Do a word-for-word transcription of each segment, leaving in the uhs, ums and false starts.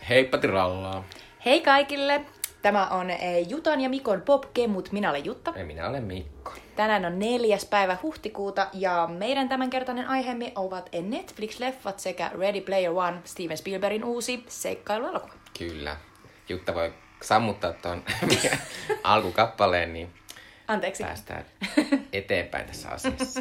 Heippa tirallaa. Hei kaikille! Tämä on Jutan ja Mikon Pop-kemut. Minä olen Jutta. Ja minä olen Mikko. Tänään on neljäs päivä huhtikuuta ja meidän tämänkertainen aiheemme ovat Netflix-leffat sekä Ready Player One, Steven Spielbergin uusi seikkailuelokuva. Kyllä. Jutta voi sammuttaa tuon alkukappaleen, niin Anteeksi. päästään eteenpäin tässä asiassa.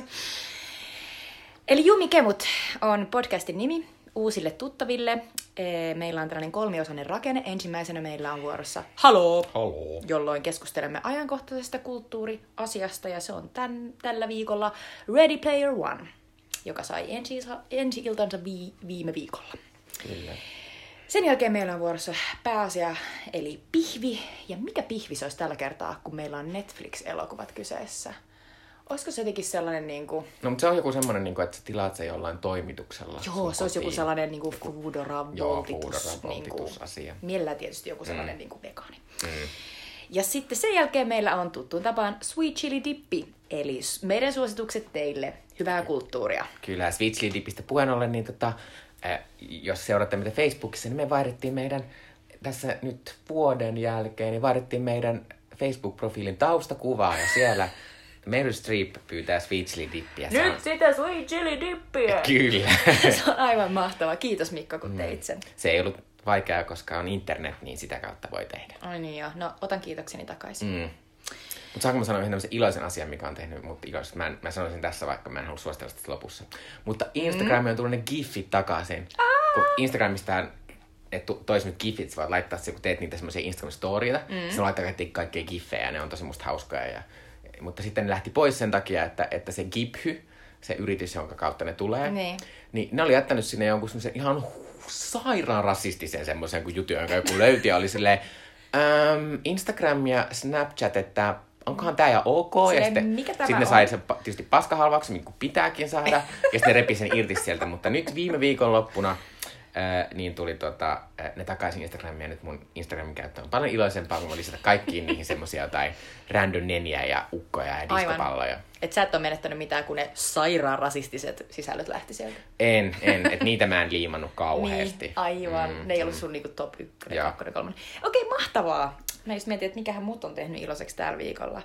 Eli Jumikemut on podcastin nimi uusille tuttaville. Meillä on tällainen kolmiosainen rakenne. Ensimmäisenä meillä on vuorossa Haloo, Haloo. jolloin keskustelemme ajankohtaisesta kulttuuriasiasta, ja se on tän, tällä viikolla Ready Player One, joka sai ensi, ensi-iltansa vi, viime viikolla. Kyllä. Sen jälkeen meillä on vuorossa pääasia, eli pihvi. Ja mikä pihvi se olisi tällä kertaa, kun meillä on Netflix-elokuvat kyseessä? Olisiko se jotenkin sellainen niinku... No, mutta se on joku semmoinen, niinku, että sä tilaat se jollain toimituksella. Joo, se olisi joku sellainen niinku Foodora voltitus. Niinku, asia. Mielellään tietysti joku sellainen mm. niinku vegaani. Mm. Ja sitten sen jälkeen meillä on tuttuun tapaan Sweet Chili Dippi, eli meidän suositukset teille. Hyvää kulttuuria. Kyllä, Sweet Chili Dipistä puheen ollen, niin tota, äh, jos seuraatte meitä Facebookissa, niin me vaihdettiin meidän, tässä nyt vuoden jälkeen, niin vaihdettiin meidän Facebook-profiilin taustakuvaa, ja siellä Meryl Streep pyytää Sweet Chili Dippiä. Nyt on... sitä Sweet Chili Dippiä! Kyllä. Se on aivan mahtavaa. Kiitos Mikko, kun teit sen. Se ei ollut vaikeaa, koska on internet, niin sitä kautta voi tehdä. Ai niin joo. No, otan kiitokseni takaisin. Mm. Mutta saanko mä sanoa yhden tämmöisen iloisen asian, mikä on tehnyt mut iloisesti? Mä, mä sanoisin tässä, vaikka mä en halua suositella sitä lopussa. Mutta Instagramiin on tullut ne gifit takaisin. Aa! Kun Instagramista että toisi nyt gifit, sä voit laittaa se, kun teet niitä semmoisia Instagram-storieita. Mm. Se laittaa kaikkia giffejä ja ne on tosi musta hauskoja. Ja, mutta sitten ne lähti pois sen takia, että, että se Giphy, se yritys, jonka kautta ne tulee, niin, niin ne oli jättänyt sinne jonkun semmoisen ihan sairaan rasistisen semmoisen kuin jutun, jonka joku löyti ja oli silleen ähm, Instagram ja Snapchat, että onkohan tää ja ok. Silleen, ja sitten, mikä tämä sitten ne on? sai sen tietysti paskahalvaksi, niin kuin pitääkin saada, ja sitten ne repi sen irti sieltä. Mutta nyt viime viikonloppuna Äh, niin tuli tota, äh, ne takaisin Instagramiin, ja nyt mun Instagramin käyttö on paljon iloisempaa, kun mä lisätä kaikkiin niihin semmosia jotain random neniä ja ukkoja ja diskopalloja. Et sä et ole menettänyt mitään, kun ne sairaan rasistiset sisällöt lähti sieltä. En, en, että niitä mä en liimannut kauheasti. Niin, aivan. Mm, ne ei ollut mm. sun niinku top ykkönen, kakkonen, kolmonen. Okei, mahtavaa. Mä just mietin, että mikähän mut on tehnyt iloiseksi tällä viikolla.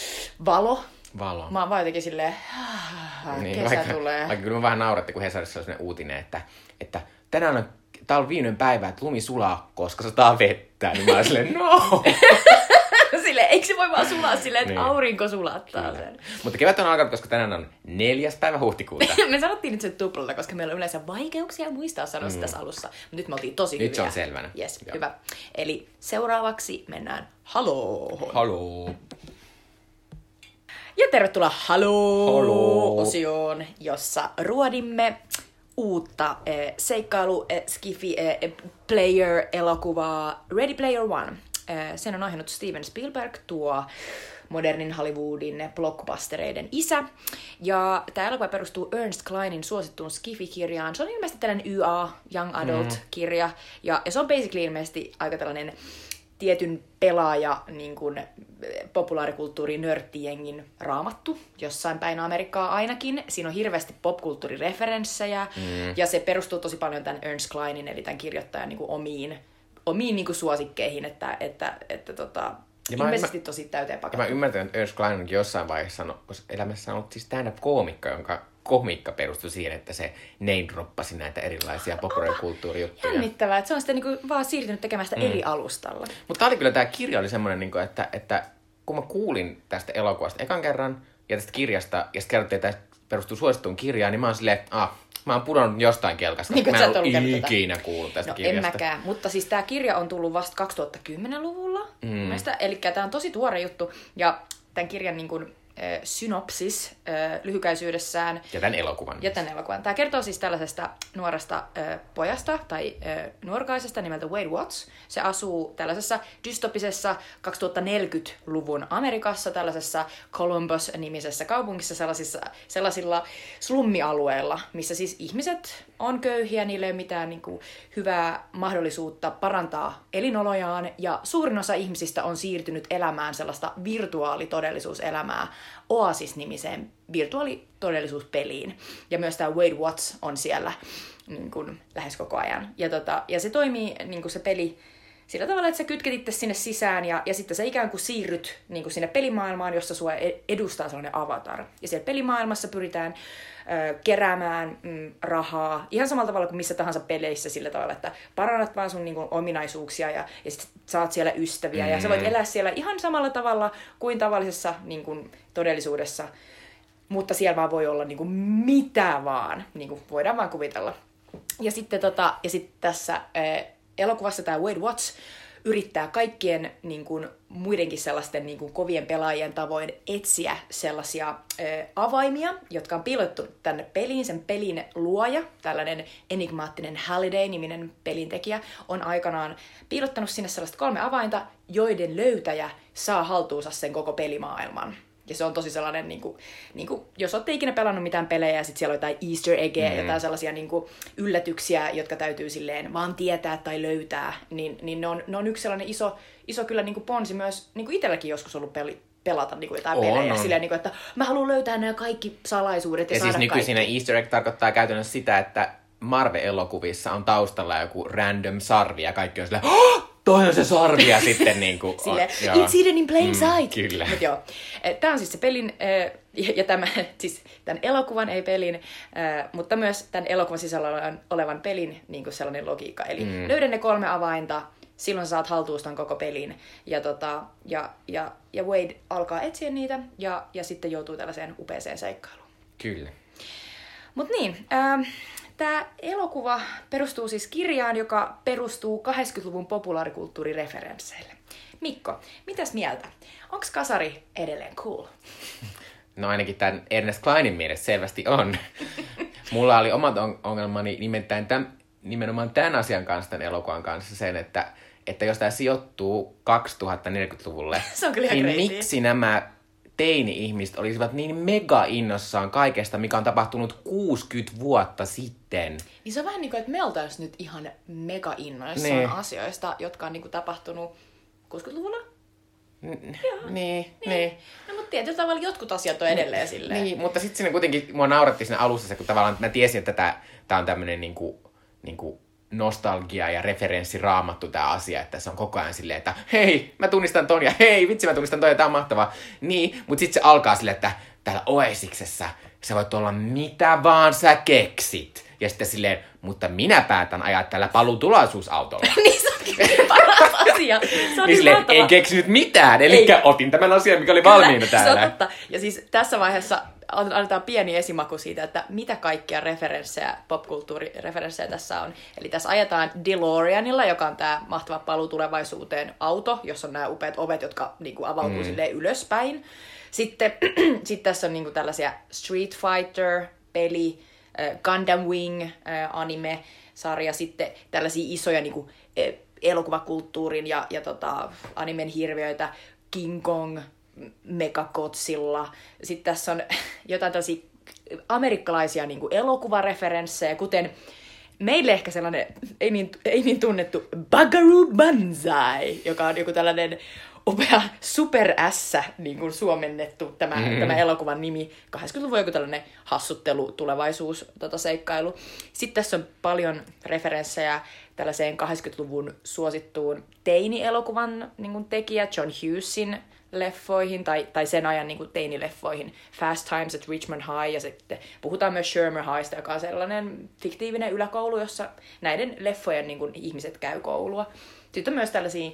Valo. Valo. Mä oon vaan jotenkin silleen, niin, kesä vaikka, tulee. Vaikka kyllä mä vähän nauratti, kun Hesarissa oli sellainen uutinen, että, että tänään on, tää on viimeinen päivä, että lumi sulaa, koska sataa vettä. Niin mä oon silleen, no! Silleen, eikö se voi vaan sulaa silleen, että niin. Aurinko sulattaa kyllä sen. Mutta kevät on alkanut, koska tänään on neljäs päivä huhtikuuta. Me sanottiin nyt sen tuplalla, koska meillä on yleensä vaikeuksia muistaa sanoa mm. tässä alussa. Mutta nyt me oltiin tosi hyviä. Nyt se on selvänä. Yes, hyvä. Eli seuraavaksi mennään Haloo. Haloo. Ja tervetuloa Haloo-osioon, Haloo. jossa ruodimme uutta eh, seikkailu eh, skifi eh, player-elokuvaa Ready Player One. Eh, sen on ohjannut Steven Spielberg, tuo modernin Hollywoodin blockbustereiden isä. Ja tämä elokuva perustuu Ernest Clinin suosittuun skifi-kirjaan. Se on ilmeisesti tällainen Y A, Young Adult-kirja. Ja, ja se on basically ilmeisesti aika tällainen tietyn pelaaja, niin kuin populaarikulttuuri nörttijengin raamattu, jossain päin Amerikkaa ainakin. Siinä on hirveästi popkulttuurireferenssejä, mm. ja se perustuu tosi paljon tämän Ernest Clinin, eli tämän kirjoittajan niin kuin omiin, omiin niin kuin suosikkeihin, että, että, että tota, ilmeisesti mä, tosi täyteen pakattu. Mä ymmärtänyt, että Ernest Cline on jossain vaiheessa, koska elämässä on ollut siis stand-up-koomikko, jonka komiikka perustui siihen, että se name-droppasi näitä erilaisia populaarikulttuurijuttuja. Jännittävää, että se on sitten niinku vaan siirtynyt tekemään sitä mm. eri alustalla. Mutta tää oli kyllä, tää kirja oli semmoinen, niinku, että, että kun mä kuulin tästä elokuvasta ekan kerran ja tästä kirjasta, ja sitten kerrottiin, että tämä perustuu suosittuun kirjaan, niin mä oon silleen, että ah, mä oon pudonnut jostain kelkasta, niin, mä en ollut ikinä kuullut tästä no, kirjasta. No en mäkään, mutta siis tää kirja on tullut vasta kaksituhattakymmenen-luvulla. Mm. Eli tää on tosi tuore juttu, ja tämän kirjan niin kun, äh, synopsis äh, lyhykäisyydessään. Ja tämän elokuvan. Ja tämän elokuvan. Tämä kertoo siis tällaisesta nuoresta äh, pojasta tai äh, nuorkaisesta nimeltä Wade Watts. Se asuu tällaisessa dystopisessa kaksituhattaneljäkymmentäluvun Amerikassa, tällaisessa Columbus-nimisessä kaupungissa, sellaisissa, sellaisilla slummialueilla, missä siis ihmiset on köyhiä, niillä ei ole mitään niin kuin, hyvää mahdollisuutta parantaa elinolojaan, ja suurin osa ihmisistä on siirtynyt elämään sellaista virtuaalitodellisuuselämää Oasis-nimiseen virtuaalitodellisuuspeliin. Ja myös tämä Wade Watts on siellä niin kuin, lähes koko ajan. Ja, tota, ja se toimii niin kuin se peli sillä tavalla, että sä kytket itse sinne sisään ja, ja sitten sä ikään kuin siirryt niin kuin sinne pelimaailmaan, jossa sua edustaa sellainen avatar. Ja siellä pelimaailmassa pyritään ö, keräämään mm, rahaa ihan samalla tavalla kuin missä tahansa peleissä sillä tavalla, että parannat vaan sun niin kuin, ominaisuuksia ja, ja sit saat siellä ystäviä. Mm-hmm. Ja sä voit elää siellä ihan samalla tavalla kuin tavallisessa niin kuin, todellisuudessa, mutta siellä vaan voi olla niin kuin, mitä vaan, niin kuin voidaan vaan kuvitella. Ja sitten tota, ja sit tässä ö, elokuvassa tämä Wade Watts yrittää kaikkien niin kuin, muidenkin sellaisten niin kuin, kovien pelaajien tavoin etsiä sellaisia ö, avaimia, jotka on piilotettu tänne peliin. Sen pelin luoja, tällainen enigmaattinen Halliday-niminen pelintekijä, on aikanaan piilottanut sinne sellaista kolme avainta, joiden löytäjä saa haltuunsa sen koko pelimaailman. Ja se on tosi sellainen, niin kuin, niin kuin, jos olette ikinä pelannut mitään pelejä ja sitten siellä on jotain easter eggeä, mm. jotain sellaisia niin kuin, yllätyksiä, jotka täytyy silleen vaan tietää tai löytää, niin, niin ne, on, ne on yksi sellainen iso, iso kyllä niin kuin ponsi myös, niin kuin itselläkin joskus ollut peli, pelata niin kuin jotain on, pelejä. On. Silleen, niin kuin, että mä haluan löytää nämä kaikki salaisuudet ja, ja saada siis nykyisin kaikki. Easter egg tarkoittaa käytännössä sitä, että Marvel-elokuvissa on taustalla joku random sarvi ja kaikki on silleen, oh! Toi on se sarvi ja sitten niinku... Silleen, it's hidden in plain sight. Mm, kyllä. Mut joo, tää on siis se pelin, ja tämä, siis tämän elokuvan, ei pelin, mutta myös tämän elokuvan sisällä olevan pelin niin kuin sellainen logiikka. Eli mm. löydä ne kolme avainta, silloin saat haltuuston koko pelin. Ja, tota, ja, ja, ja Wade alkaa etsiä niitä ja, ja sitten joutuu tällaiseen upeeseen seikkailuun. Kyllä. Mut niin, ähm, tämä elokuva perustuu siis kirjaan, joka perustuu kahdeksankymmentäluvun populaarikulttuurireferensseille. Mikko, mitäs mieltä? Onko kasari edelleen cool? No ainakin tämän Ernest Kleinin mielestä selvästi on. Mulla oli omat on- ongelmani nimittäin tämän, nimenomaan tämän asian kanssa, tämän elokuvan kanssa sen, että, että jos tämä sijoittuu kaksituhattaneljäkymmentäluvulle, se on kyllä niin crazy. Miksi nämä teini-ihmiset olisivat niin mega innossaan kaikesta, mikä on tapahtunut kuusikymmentä vuotta sitten. Niin se on vähän niin kuin, että me oltaisiin nyt ihan mega innoissaan niin. asioista, jotka on niin kuin tapahtunut kuusikymmentäluvulla. N- Joo. Niin, niin. niin. No mutta tietyllä tavalla jotkut asiat on edelleen silleen. Niin, mutta sitten siinä kuitenkin mua nauratti siinä alussa se, kun tavallaan mä tiesin, että tää, tää on tämmönen niinku, niinku nostalgia ja referenssi raamattu tää asia, että se on koko ajan silleen, että hei, mä tunnistan ton ja hei, vitsi mä tunnistan ton ja tää on mahtavaa. Niin, mutta sitten se alkaa silleen, että täällä Oasiksessa sä voit olla mitä vaan sä keksit. Ja sitten silleen, mutta minä päätän ajaa tällä paluutulaisuusautolla. Niin se onkin paras asia. Se on niin silleen, en keksinyt mitään, eli otin tämän asian, mikä oli valmiina täällä. Se on totta. Ja siis tässä vaiheessa annetaan pieni esimaku siitä, että mitä kaikkia referenssejä, popkulttuurireferenssejä tässä on. Eli tässä ajetaan DeLoreanilla, joka on tämä mahtava paluu tulevaisuuteen auto, jossa on nämä upeat ovet, jotka niinku avautuu mm. silleen ylöspäin. Sitten sit tässä on niinku tällaisia Street Fighter-peli, äh, Gundam Wing äh, anime-sarja, sitten tällaisia isoja niinku, äh, elokuvakulttuurin ja, ja tota, animen hirviöitä, King Kong, Megagodzilla. Sitten tässä on jotain tällaisia amerikkalaisia niin kuin elokuvareferenssejä, kuten meille ehkä sellainen ei niin, ei niin tunnettu Bugaroo Banzai, joka on joku tällainen upea super ässä, niin kuin suomennettu tämä, mm. tämä elokuvan nimi. kahdeksankymmentäluvun joku tällainen hassuttelu, tulevaisuus, tota seikkailu. Sitten tässä on paljon referenssejä tällaiseen kahdeksankymmentäluvun suosittuun teini-elokuvan niin kuin tekijä John Hughesin leffoihin, tai, tai sen ajan niin kuin teinileffoihin, Fast Times at Richmond High, ja sitten puhutaan myös Shermer Highsta, joka on sellainen fiktiivinen yläkoulu, jossa näiden leffojen niin kuin, ihmiset käy koulua. Sitten on myös tällaisia,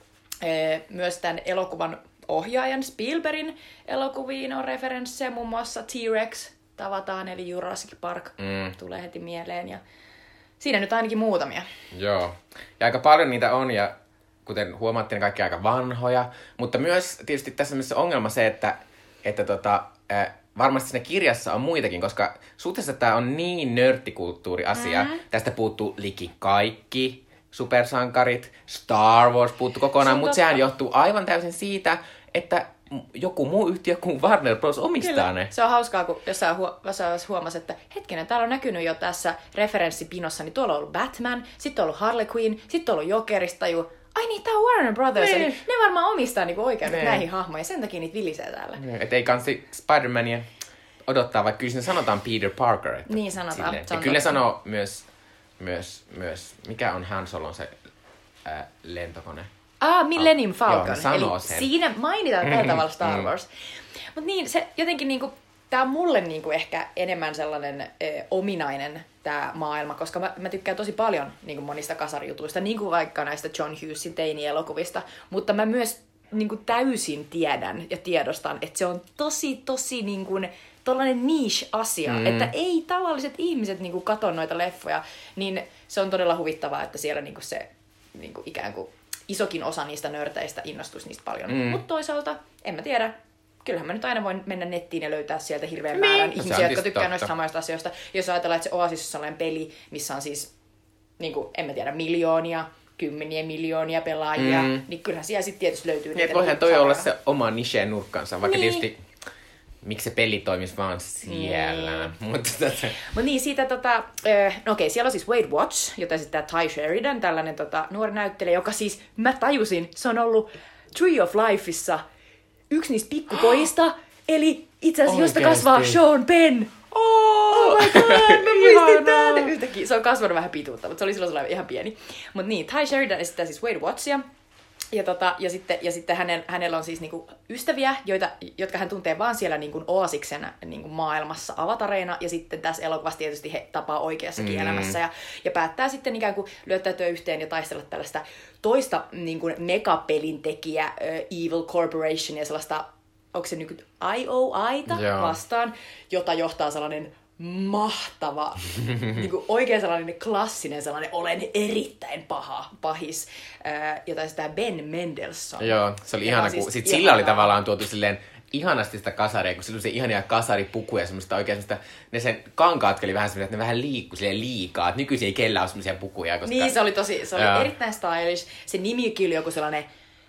ee, myös tämän elokuvan ohjaajan Spielbergin elokuviin on referenssejä, muun muassa T-Rex tavataan, eli Jurassic Park mm. tulee heti mieleen, ja siinä nyt ainakin muutamia. Joo, ja aika paljon niitä on, ja kuten huomaatte, ne kaikki aika vanhoja, mutta myös tietysti tässä on ongelma se, että, että tota, äh, varmasti siinä kirjassa on muitakin, koska suhteessa tämä on niin nörttikulttuuri-asia. Mm-hmm. Tästä puuttuu liki kaikki supersankarit, Star Wars puuttuu kokonaan, mutta sehän johtuu aivan täysin siitä, että joku muu yhtiö kuin Warner Bros. Omistaa Kyllä. ne. Se on hauskaa, kun jossain huo- huomasi, että hetkinen, täällä on näkynyt jo tässä referenssipinossa, niin tuolla on ollut Batman, sitten on ollut Harley Quinn, sitten on ollut Jokerista, ju, ai niin, tää on Warner Brothers, Niin. eli ne varmaan omistaa niinku oikeudet Niin. näihin hahmoihin, sen takia niitä vilisee täällä. Että ei kansi Spider-Mania odottaa, vaikka kyllä siinä sanotaan Peter Parker. Että Niin sanotaan, silleen. se Ja on kyllä ne totta. sanoo myös, myös, myös, mikä on Han Solon se ää, lentokone. Ah, Millennium Joo, Falcon. ne sanoo Eli sen. siinä mainitaan tällä tavalla Star Mm. Wars. Mutta niin, se jotenkin niinku, tää on mulle niinku ehkä enemmän sellainen ö, ominainen tää maailma, koska mä, mä tykkään tosi paljon niinku monista kasarijutuista, niin kuin vaikka näistä John Hughesin teini-elokuvista, mutta mä myös niinku täysin tiedän ja tiedostan, että se on tosi, tosi niinku tollainen niche-asia, mm. että ei tavalliset ihmiset niinku kato noita leffoja, niin se on todella huvittavaa, että siellä niinku se niinku ikään kuin isokin osa niistä nörteistä innostuisi niistä paljon. Mm. Mutta toisaalta, en mä tiedä, kyllähän mä nyt aina voin mennä nettiin ja löytää sieltä hirveän Niin. määrän No se ihmisiä, on jotka tietysti tykkää totta. noista samoista asioista. Jos ajatellaan, että se Oasis on sellainen peli, missä on siis, niin kuin, en mä tiedä, miljoonia, kymmeniä miljoonia pelaajia, mm. niin kyllähän siellä sitten tietysti löytyy Niin, niitä. voihan toi samoja. olla se oma niche-nurkkansa, vaikka Niin. tietysti miksi se peli toimisi vaan siellä. Niin. Mutta tota, Mutta niin, siitä tota, äh, no okei, siellä on siis Wade Watch, jota esittää Ty Sheridan, tällainen tota, nuori näyttelijä, joka siis, mä tajusin, se on ollut Tree of Lifeissa yksi niistä pikkupojista, eli itse asiassa josta Oikeesti? kasvaa Sean Penn. Oh my god, mä muistin tän! Yhtäkkiä, se on kasvanut vähän pituutta, mutta se oli silloin sellainen ihan pieni. Mutta niin, Ty Sheridan esittää siis Wade Watchia. Ja, tota, ja sitten, ja sitten hänen, hänellä on siis niinku ystäviä, joita, jotka hän tuntee vaan siellä niinku Oasiksen niinku maailmassa avatareina. Ja sitten tässä elokuvassa tietysti he tapaa oikeassakin mm. elämässä. Ja, ja päättää sitten ikään kuin lyöttäytyä yhteen ja taistella tällaista toista niinku megapelintekijä äh, Evil Corporation ja sellaista, onko se nyt I O I:ta Joo. vastaan, jota johtaa sellainen mahtava, niin kuin oikein sellainen klassinen sellainen olen erittäin paha pahis, ää, jota sitä Ben Mendelsohn. joo, se oli Joka ihana, on kun siis sit ihanaa. sillä oli tavallaan tuotu silleen ihanasti sitä kasaria, kun sillä oli se ihania kasaripukuja, semmoista oikein semmoista, ne sen kankaat oli vähän semmoista, että ne vähän liikkui silleen liikaa, että nykyisin ei kellään ole semmoisia pukuja, koska... Niin, se oli tosi, se oli Joo. erittäin stylish. Se nimikin oli joku sellainen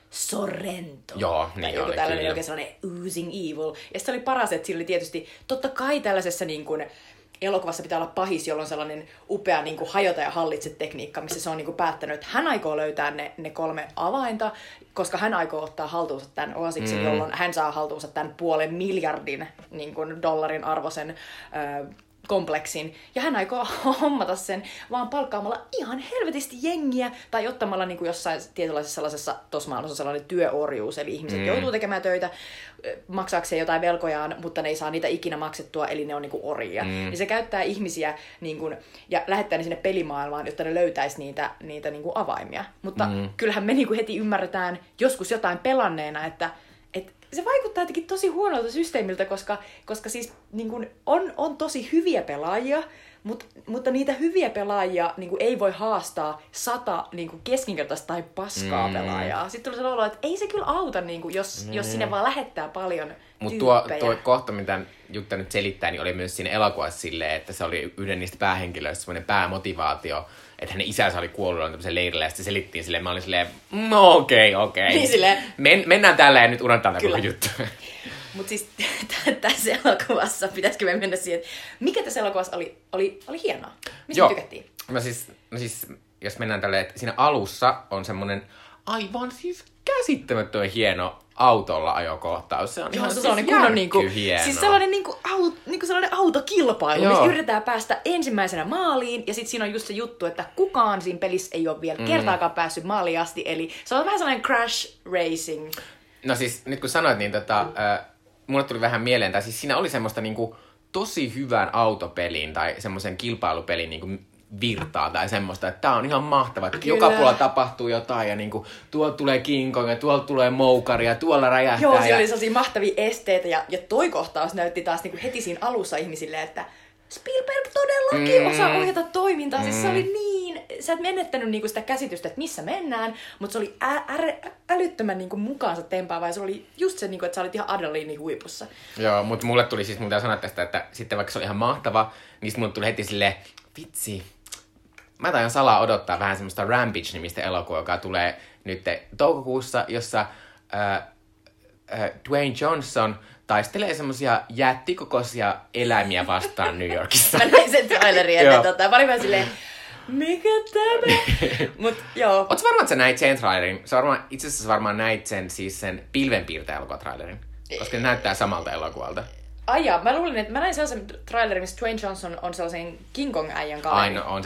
Sorrento. Joo, tai niin joku oli, tällainen kyllä. oikein sellainen oozing evil. Ja se oli paras, että sillä oli tietysti, totta kai tällaisessa niin kuin, elokuvassa pitää olla pahis, jolla on sellainen upea niin kuin hajota ja hallitse tekniikka, missä se on niin kuin päättänyt, että hän aikoo löytää ne, ne kolme avainta, koska hän aikoo ottaa haltuunsa tämän Oasiksen, mm. jolloin hän saa haltuunsa tämän puolen miljardin niin kuin dollarin arvoisen ö, kompleksin. Ja hän aikoo hommata sen vaan palkkaamalla ihan helvetisti jengiä tai ottamalla niin kuin jossain tietynlaisessa sellaisessa, tuossa maailmassa sellainen työorjuus, eli ihmiset mm. joutuu tekemään töitä maksaakseen jotain velkojaan, mutta ne ei saa niitä ikinä maksettua, eli ne on niin kuin orjia. Mm. Niin se käyttää ihmisiä niin kuin, ja lähettää ne sinne pelimaailmaan, jotta ne löytäisi niitä, niitä niin kuin avaimia. Mutta mm. kyllähän me niin kuin heti ymmärretään joskus jotain pelanneena, että et se vaikuttaa jotenkin tosi huonolta systeemiltä, koska, koska siis niin kun on, on tosi hyviä pelaajia, mutta, mutta niitä hyviä pelaajia niin kun ei voi haastaa sata niin kun keskinkertaista tai paskaa mm. pelaajaa. Sitten tulee sellainen olo, että ei se kyllä auta, niin kun jos, mm. jos sinne vaan lähettää paljon Mutta tuo, tyyppejä. tuo kohta, mitä Jutta nyt selittää, niin oli myös siinä elokuvassa silleen, että se oli yhden niistä päähenkilöistä semmoinen päämotivaatio, että hänen isänsä oli kuollut tämmöisen leirillä, ja sitten selittiin silleen, mä olin silleen, no okei, okay, okei. Okay. Niin silleen. Men, mennään tällä ja nyt unohdetaan tämä koko juttu. Mutta siis tässä elokuvassa, pitäisikö me mennä siihen, että mikä tässä elokuvassa oli, oli, oli hienoa? Mistä Joo. tykättiin? No siis, no siis, jos mennään tälleen, että siinä alussa on semmoinen aivan siis käsittämättömän hieno autolla ajokohtaus. Se on Joo, ihan se siis sellainen kunnon niinku, hieno. siis sellainen niinku, au, niinku sellainen autokilpailu, Joo. missä yritetään päästä ensimmäisenä maaliin, ja sitten siinä on just se juttu, että kukaan siinä pelissä ei ole vielä mm. kertaakaan päässyt maaliin asti, eli se on vähän sellainen crash racing. No siis, nyt kun sanoit, niin tota, mm. äh, mulle tuli vähän mieleen, tai siis siinä oli semmoista niinku tosi hyvän autopelin tai semmoisen kilpailupelin niinku virtaa tai semmoista, että tää on ihan mahtavaa, että Kyllä. joka puolella tapahtuu jotain ja niinku tuolta tulee King Kong ja tuolta tulee moukari ja tuolla räjähtää. Joo, siellä ja... oli sellaisia mahtavia esteitä, ja, ja toi kohtaus näytti taas niinku heti siinä alussa ihmisille, että Spielberg todellakin Mm. osaa ohjata toimintaa. Mm. Siis se Mm. oli niin, sä et menettänyt niinku sitä käsitystä, että missä mennään, mutta se oli ä- ä- älyttömän niinku mukaansa tempaava, ja se oli just se, niinku, että sä olit ihan adrenaliinin huipussa. Joo, mutta mulle tuli siis, mun pitää sanoa tästä, että sitten vaikka se oli ihan mahtava, niin sitten mulle tuli heti silleen, vitsi, mä taidan salaa odottaa vähän semmoista Rampage-nimistä elokuvaa, joka tulee nyt toukokuussa, jossa äh, äh, Dwayne Johnson taistelee semmosia jättikokoisia eläimiä vastaan New Yorkissa. Mä näin sen trailerin, että Joo. tota, mä olin vähän silleen, mikä tämä? Mut joo. Ootko varma, että sä näit sen trailerin? Se varmaan, itse asiassa varmaan näit sen, siis sen pilvenpiirtäjä-elokuva-trailerin. Koska ne näyttää samalta elokuvalta. Ai jaa, mä luulin, että mä näin sellaisen trailerin, missä Dwayne Johnson on sellaisen King Kong-äijän kaveri. Ai no, on se.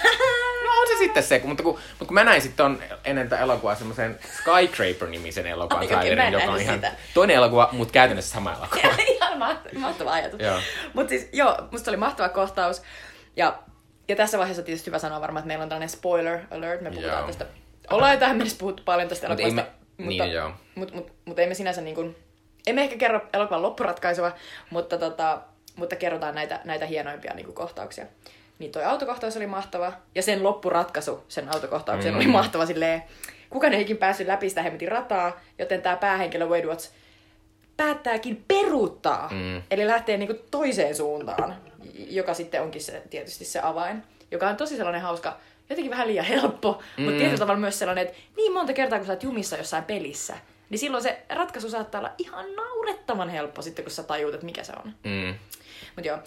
No on se sitten se, mutta kun, mutta kun mä näin sitten on ennen tätä elokuvaa semmoisen Skyscraper-nimisen elokuvan Ai, trailerin, okay, joka on ihan sitä. toinen elokuva, mutta käytännössä sama elokuva. Ihan mahtava, mahtava ajatus. Joo. Mutta siis joo, musta oli mahtava kohtaus. Ja, ja tässä vaiheessa tietysti hyvä sanoa varmaan, että meillä on tällainen spoiler alert. Me puhutaan Joo. tästä. Ollaan jo tähän mennessä puhuttu paljon tästä Mut elokuvasta. ei me- niin, joo. Mutta mut, mut ei me sinänsä niin kuin, emme ehkä kerro elokuvan loppuratkaisua, mutta, tota, mutta kerrotaan näitä, näitä hienoimpia niin kuin kohtauksia. Niin toi autokohtaus oli mahtava. Ja sen loppuratkaisu sen autokohtauksen mm. oli mahtava silleen. Kukaan ei ikin päässyt läpi sitä hemmetin rataa, joten tämä päähenkilö Wade Watts päättääkin peruuttaa. Mm. Eli lähtee niinku toiseen suuntaan, joka sitten onkin se, tietysti se avain. Joka on tosi sellainen hauska, jotenkin vähän liian helppo, mm. mutta tietyllä tavalla myös sellainen, että niin monta kertaa kun sä oot jumissa jossain pelissä, niin silloin se ratkaisu saattaa olla ihan naurettavan helppo sitten, kun sä tajuut, että mikä se on. Mm. Mut joo,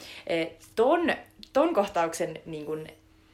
ton, ton kohtauksen niin kun,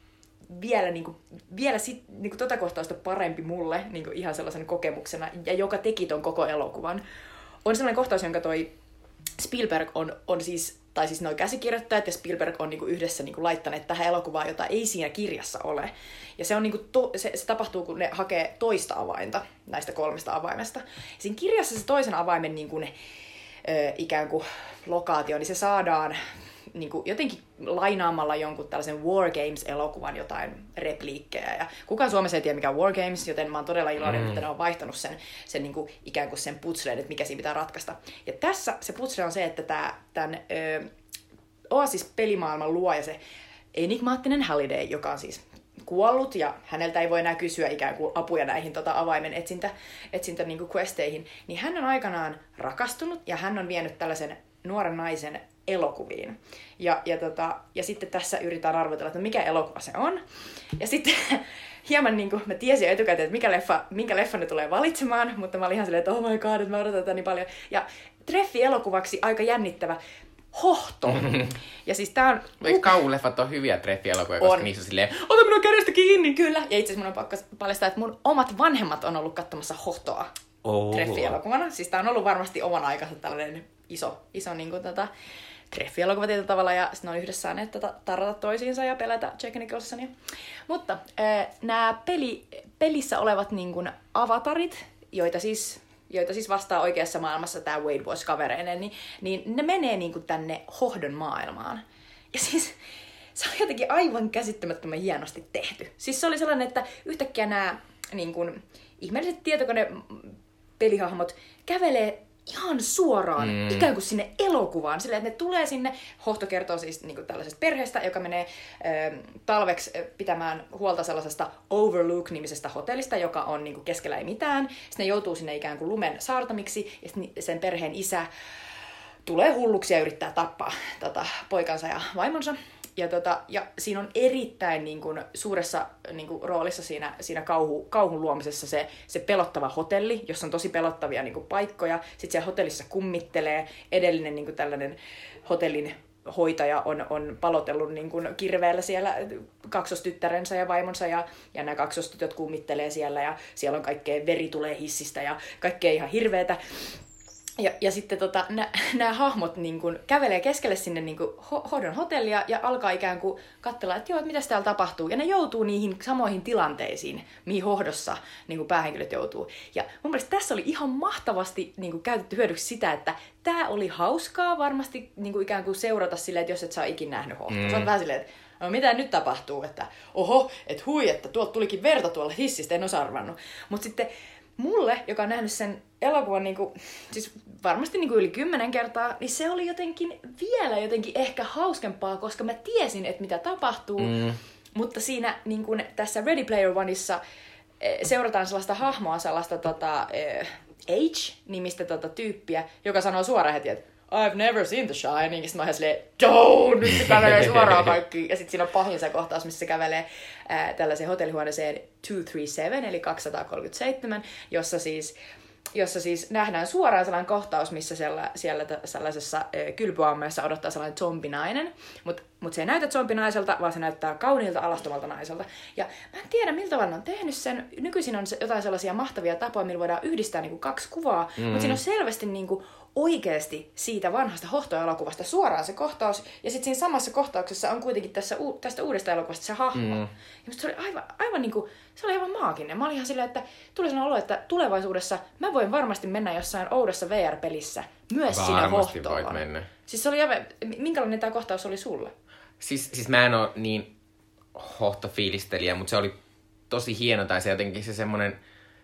vielä, niin kun, vielä sit, niin kun tota kohtausta parempi mulle niin kun ihan sellaisen kokemuksena, ja joka teki ton koko elokuvan, on sellainen kohtaus, jonka toi Spielberg on, on siis, tai siis noi käsikirjoittajat ja Spielberg on niinku yhdessä niinku laittaneet tähän elokuvaan, jota ei siinä kirjassa ole. Ja se, on niinku to, se, se tapahtuu, kun ne hakee toista avainta näistä kolmesta avaimesta. Ja siinä kirjassa se toisen avaimen niinku ne, ö, ikään kuin lokaatio, niin se saadaan niinku jotenkin lainaamalla jonkun tällaisen War Games-elokuvan jotain repliikkejä. Ja kukaan Suomessa ei tiedä, mikä on War Games, joten mä oon todella iloinen, mm. että ne on vaihtanut sen, sen niinku ikään kuin sen putsleen, että mikä siinä pitää ratkaista. Ja tässä se putsle on se, että tää, tämän ö, Oasis-pelimaailman luoja, se enigmaattinen Halliday, joka on siis kuollut ja häneltä ei voi enää kysyä ikään kuin apuja näihin tota, avaimen etsintä, etsintä niin kuin questeihin, niin hän on aikanaan rakastunut ja hän on vienyt tällaisen nuoren naisen elokuviin. Ja, ja, tota, ja sitten tässä yritetään arvotella, että mikä elokuva se on. Ja sitten hieman niin kuin mä tiesin etukäteen, että mikä leffa, minkä leffan ne tulee valitsemaan, mutta mä olin ihan silleen, että oh my god, että mä odotan tätä niin paljon. Ja treffi elokuvaksi aika jännittävä Hohto. Ja siis tää on... Eikö kauhuleffat on hyviä treffielokuvia, koska On. niissä on silleen, ota minua kädestä kiinni! Kyllä, ja itse asiassa mun on pakko paljastaa, että mun omat vanhemmat on ollut katsomassa Hohtoa Oh. treffielokuvana. Siis tää on ollut varmasti oman aikansa tällainen iso, iso niin kuin tota, treffielokuva tietyllä tavalla, ja sitten ne on yhdessä saaneet tota, tarrata toisiinsa ja pelätä Jack Nicholsonia. Mutta äh, nämä peli, pelissä olevat niin kuin avatarit, joita siis... joita siis vastaa oikeassa maailmassa tämä Wade Watts kavereineen, niin, niin ne menee niinku tänne Hohdon maailmaan. Ja siis se on jotenkin aivan käsittämättömän hienosti tehty. Siis se oli sellainen, että yhtäkkiä nämä niin kun, ihmeelliset tietokone-pelihahmot kävelee ihan suoraan, mm. ikään kuin sinne elokuvaan. Silleen, että ne tulee sinne, Hohto kertoo siis niin kuin tällaisesta perheestä, joka menee ö, talveksi pitämään huolta sellaisesta Overlook-nimisestä hotellista, joka on niin kuin keskellä ei mitään. Sitten ne joutuu sinne ikään kuin lumen saartamiksi, ja sitten sen perheen isä tulee hulluksi ja yrittää tappaa tota, poikansa ja vaimonsa. Ja, tota, ja siinä on erittäin niin kuin, suuressa niin kuin, roolissa siinä, siinä kauhu, kauhun luomisessa se, se pelottava hotelli, jossa on tosi pelottavia niin kuin, paikkoja. Sitten siellä hotellissa kummittelee. Edellinen niin kuin, tällainen hotellin hoitaja on, on palotellut niin kuin, kirveellä siellä kaksostyttärensä ja vaimonsa. Ja, ja nämä kaksostytöt kummittelee siellä ja siellä on kaikkea, veri tulee hissistä ja kaikkea ihan hirveetä. Ja, ja sitten tota, nämä hahmot niin kun, kävelee keskelle sinne niin kun, Hohdon hotellia ja alkaa ikään kuin katsella, että joo, että mitäs täällä tapahtuu. Ja ne joutuu niihin samoihin tilanteisiin, mihin Hohdossa niin kun päähenkilöt joutuu. Ja mun mielestä tässä oli ihan mahtavasti niin kun, käytetty hyödyksi sitä, että tämä oli hauskaa varmasti niin kun, ikään kuin seurata silleen, että jos et sä ole ikinä nähnyt Hohtoa. Mm. Sä oot vähän silleen, että no mitä nyt tapahtuu, että oho, että hui, että tuolta tulikin verta tuolla hissistä, en osaa arvannut. Mutta sitten mulle, joka on nähnyt sen elokuvan niin kuin, siis varmasti niin kuin yli kymmenen kertaa, niin se oli jotenkin vielä jotenkin ehkä hauskempaa, koska mä tiesin, että mitä tapahtuu. Mm. Mutta siinä niin kuin, tässä Ready Player Oneissa seurataan sellaista hahmoa, sellaista tota, H-nimistä tota, tyyppiä, joka sanoo suoraan heti, että I've never seen The Shining. Ja sit mä oon silleen, don't! Nyt se kävelee suoraan kaikki. Ja sit siinä on pahin se kohtaus, missä se kävelee ää, tällaiseen hotellihuoneeseen kaksisataakolmekymmentäseitsemän, eli kaksisataakolmekymmentäseitsemän, jossa siis, jossa siis nähdään suoraan sellainen kohtaus, missä siellä, siellä sellaisessa ää, kylpyammeessa odottaa sellainen zombinainen. Mutta mutta se ei näytä zombinaiselta, vaan se näyttää kauniilta alastomalta naiselta. Ja mä en tiedä, miltä tavalla on tehnyt sen. Nykyisin on jotain sellaisia mahtavia tapoja, millä voidaan yhdistää niinku kaksi kuvaa, mm. mutta siinä on selvästi niinku oikeasti siitä vanhasta Hohto-elokuvasta suoraan se kohtaus, ja sitten siinä samassa kohtauksessa on kuitenkin tässä, tästä uudesta elokuvasta se hahmo. Mm. Ja musta se oli aivan, aivan niinku, se oli aivan maaginen. Mä olin ihan silleen, että tuli sellainen olo, että tulevaisuudessa mä voin varmasti mennä jossain oudossa V R-pelissä myös sinne Hohtoon. Voit mennä. Siis se oli aivan, minkälainen tää kohtaus oli sulle? Siis, siis mä en oo niin Hohto-fiilistelijä, mutta se oli tosi hieno, tai se jotenkin se semmonen,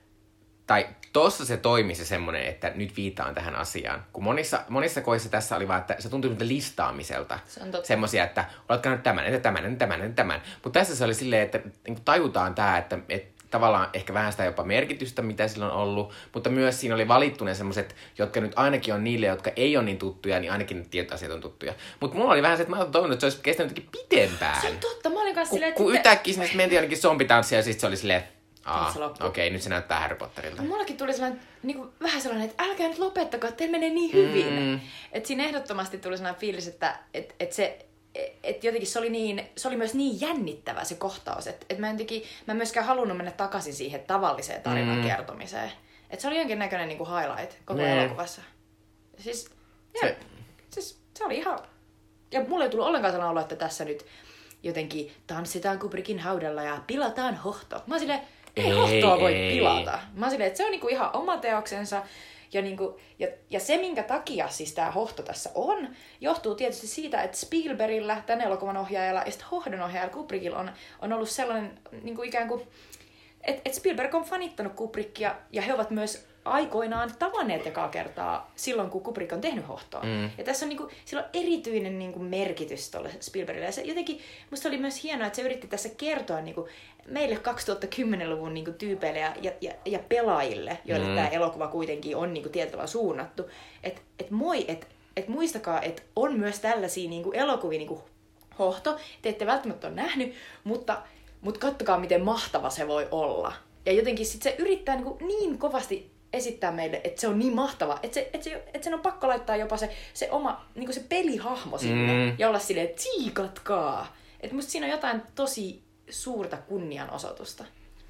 tai tossa se toimi se semmonen, että nyt viitaan tähän asiaan. Kun monissa, monissa koissa tässä oli vaan, että se tuntui listaamiselta. Se semmosia, että oletko nyt tämän, entä tämän, entä tämän, entä tämän. Mutta tässä se oli silleen, että niin tajutaan tää, että, että tavallaan ehkä vähän sitä jopa merkitystä, mitä sillä on ollut, mutta myös siinä oli valittu ne semmoset, jotka nyt ainakin on niille, jotka ei ole niin tuttuja, niin ainakin ne tietyt asiat on tuttuja. Mutta mulla oli vähän se, että mä oon toivonut, että se olisi kestänyt jotenkin pitempään. Se on totta, mä olin kanssa silleen, että... Kun yhtäkkiä sinne mentiin ainakin zombitanssia ja sitten se oli silleen, aa, okei, okay, nyt se näyttää Harry Potterilta. No, mullakin tuli sellainen, niin kuin, vähän sellainen, että älkää nyt lopettakaa, että teillä menee niin hyvin. Mm. Että siinä ehdottomasti tuli sellainen fiilis, että et, et se... Että jotenkin se oli, niin, se oli myös niin jännittävä se kohtaus, että et mä, mä en myöskään halunnut mennä takaisin siihen tavalliseen tarinan mm. kertomiseen. Että se oli jonkinnäköinen niinku highlight koko mm. elokuvassa. Siis, ja, se... siis se oli ihan... Ja mulle ei tullut ollenkaan sellainen olo, että tässä nyt jotenkin tanssitaan Kubrickin haudalla ja pilataan Hohto. Mä oon silleen, ei, ei Hohtoa voi ei. pilata. Mä oon silleen, että se on niinku ihan oma teoksensa. Ja, niinku, ja, ja se, minkä takia siis tämä Hohto tässä on, johtuu tietysti siitä, että Spielbergillä, tämän elokuvan ohjaajalla ja sitten Hohdon ohjaajalla Kubrickilla on, on ollut sellainen niinku ikään kuin, että et Spielberg on fanittanut Kubrickia ja he ovat myös aikoinaan tavanneet ekaa kertaa silloin, kun Kubrick on tehnyt Hohtoa. Mm. Ja tässä on, niinku, sillä on erityinen niinku, merkitys tuolle Spielbergille. Ja se jotenkin, musta oli myös hienoa, että se yritti tässä kertoa niinku, meille kaksituhattakymmenluvun niinku, tyypeille ja, ja, ja, ja pelaajille, joille mm. tämä elokuva kuitenkin on niinku, tietyllä tavalla suunnattu. Että et, et, et muistakaa, että on myös tällaisia niinku, elokuvia, niin kuin Hohto, te ette välttämättä ole nähnyt, mutta, mutta katsokaa, miten mahtava se voi olla. Ja jotenkin sit se yrittää niinku, niin kovasti esittää meille, että se on niin mahtava, että, se, että, se, että sen on pakko laittaa jopa se, se oma niin se pelihahmo sinne mm. ja olla silleen, että tsiikatkaa. Että musta siinä on jotain tosi suurta kunnianosoitusta.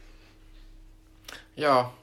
Joo.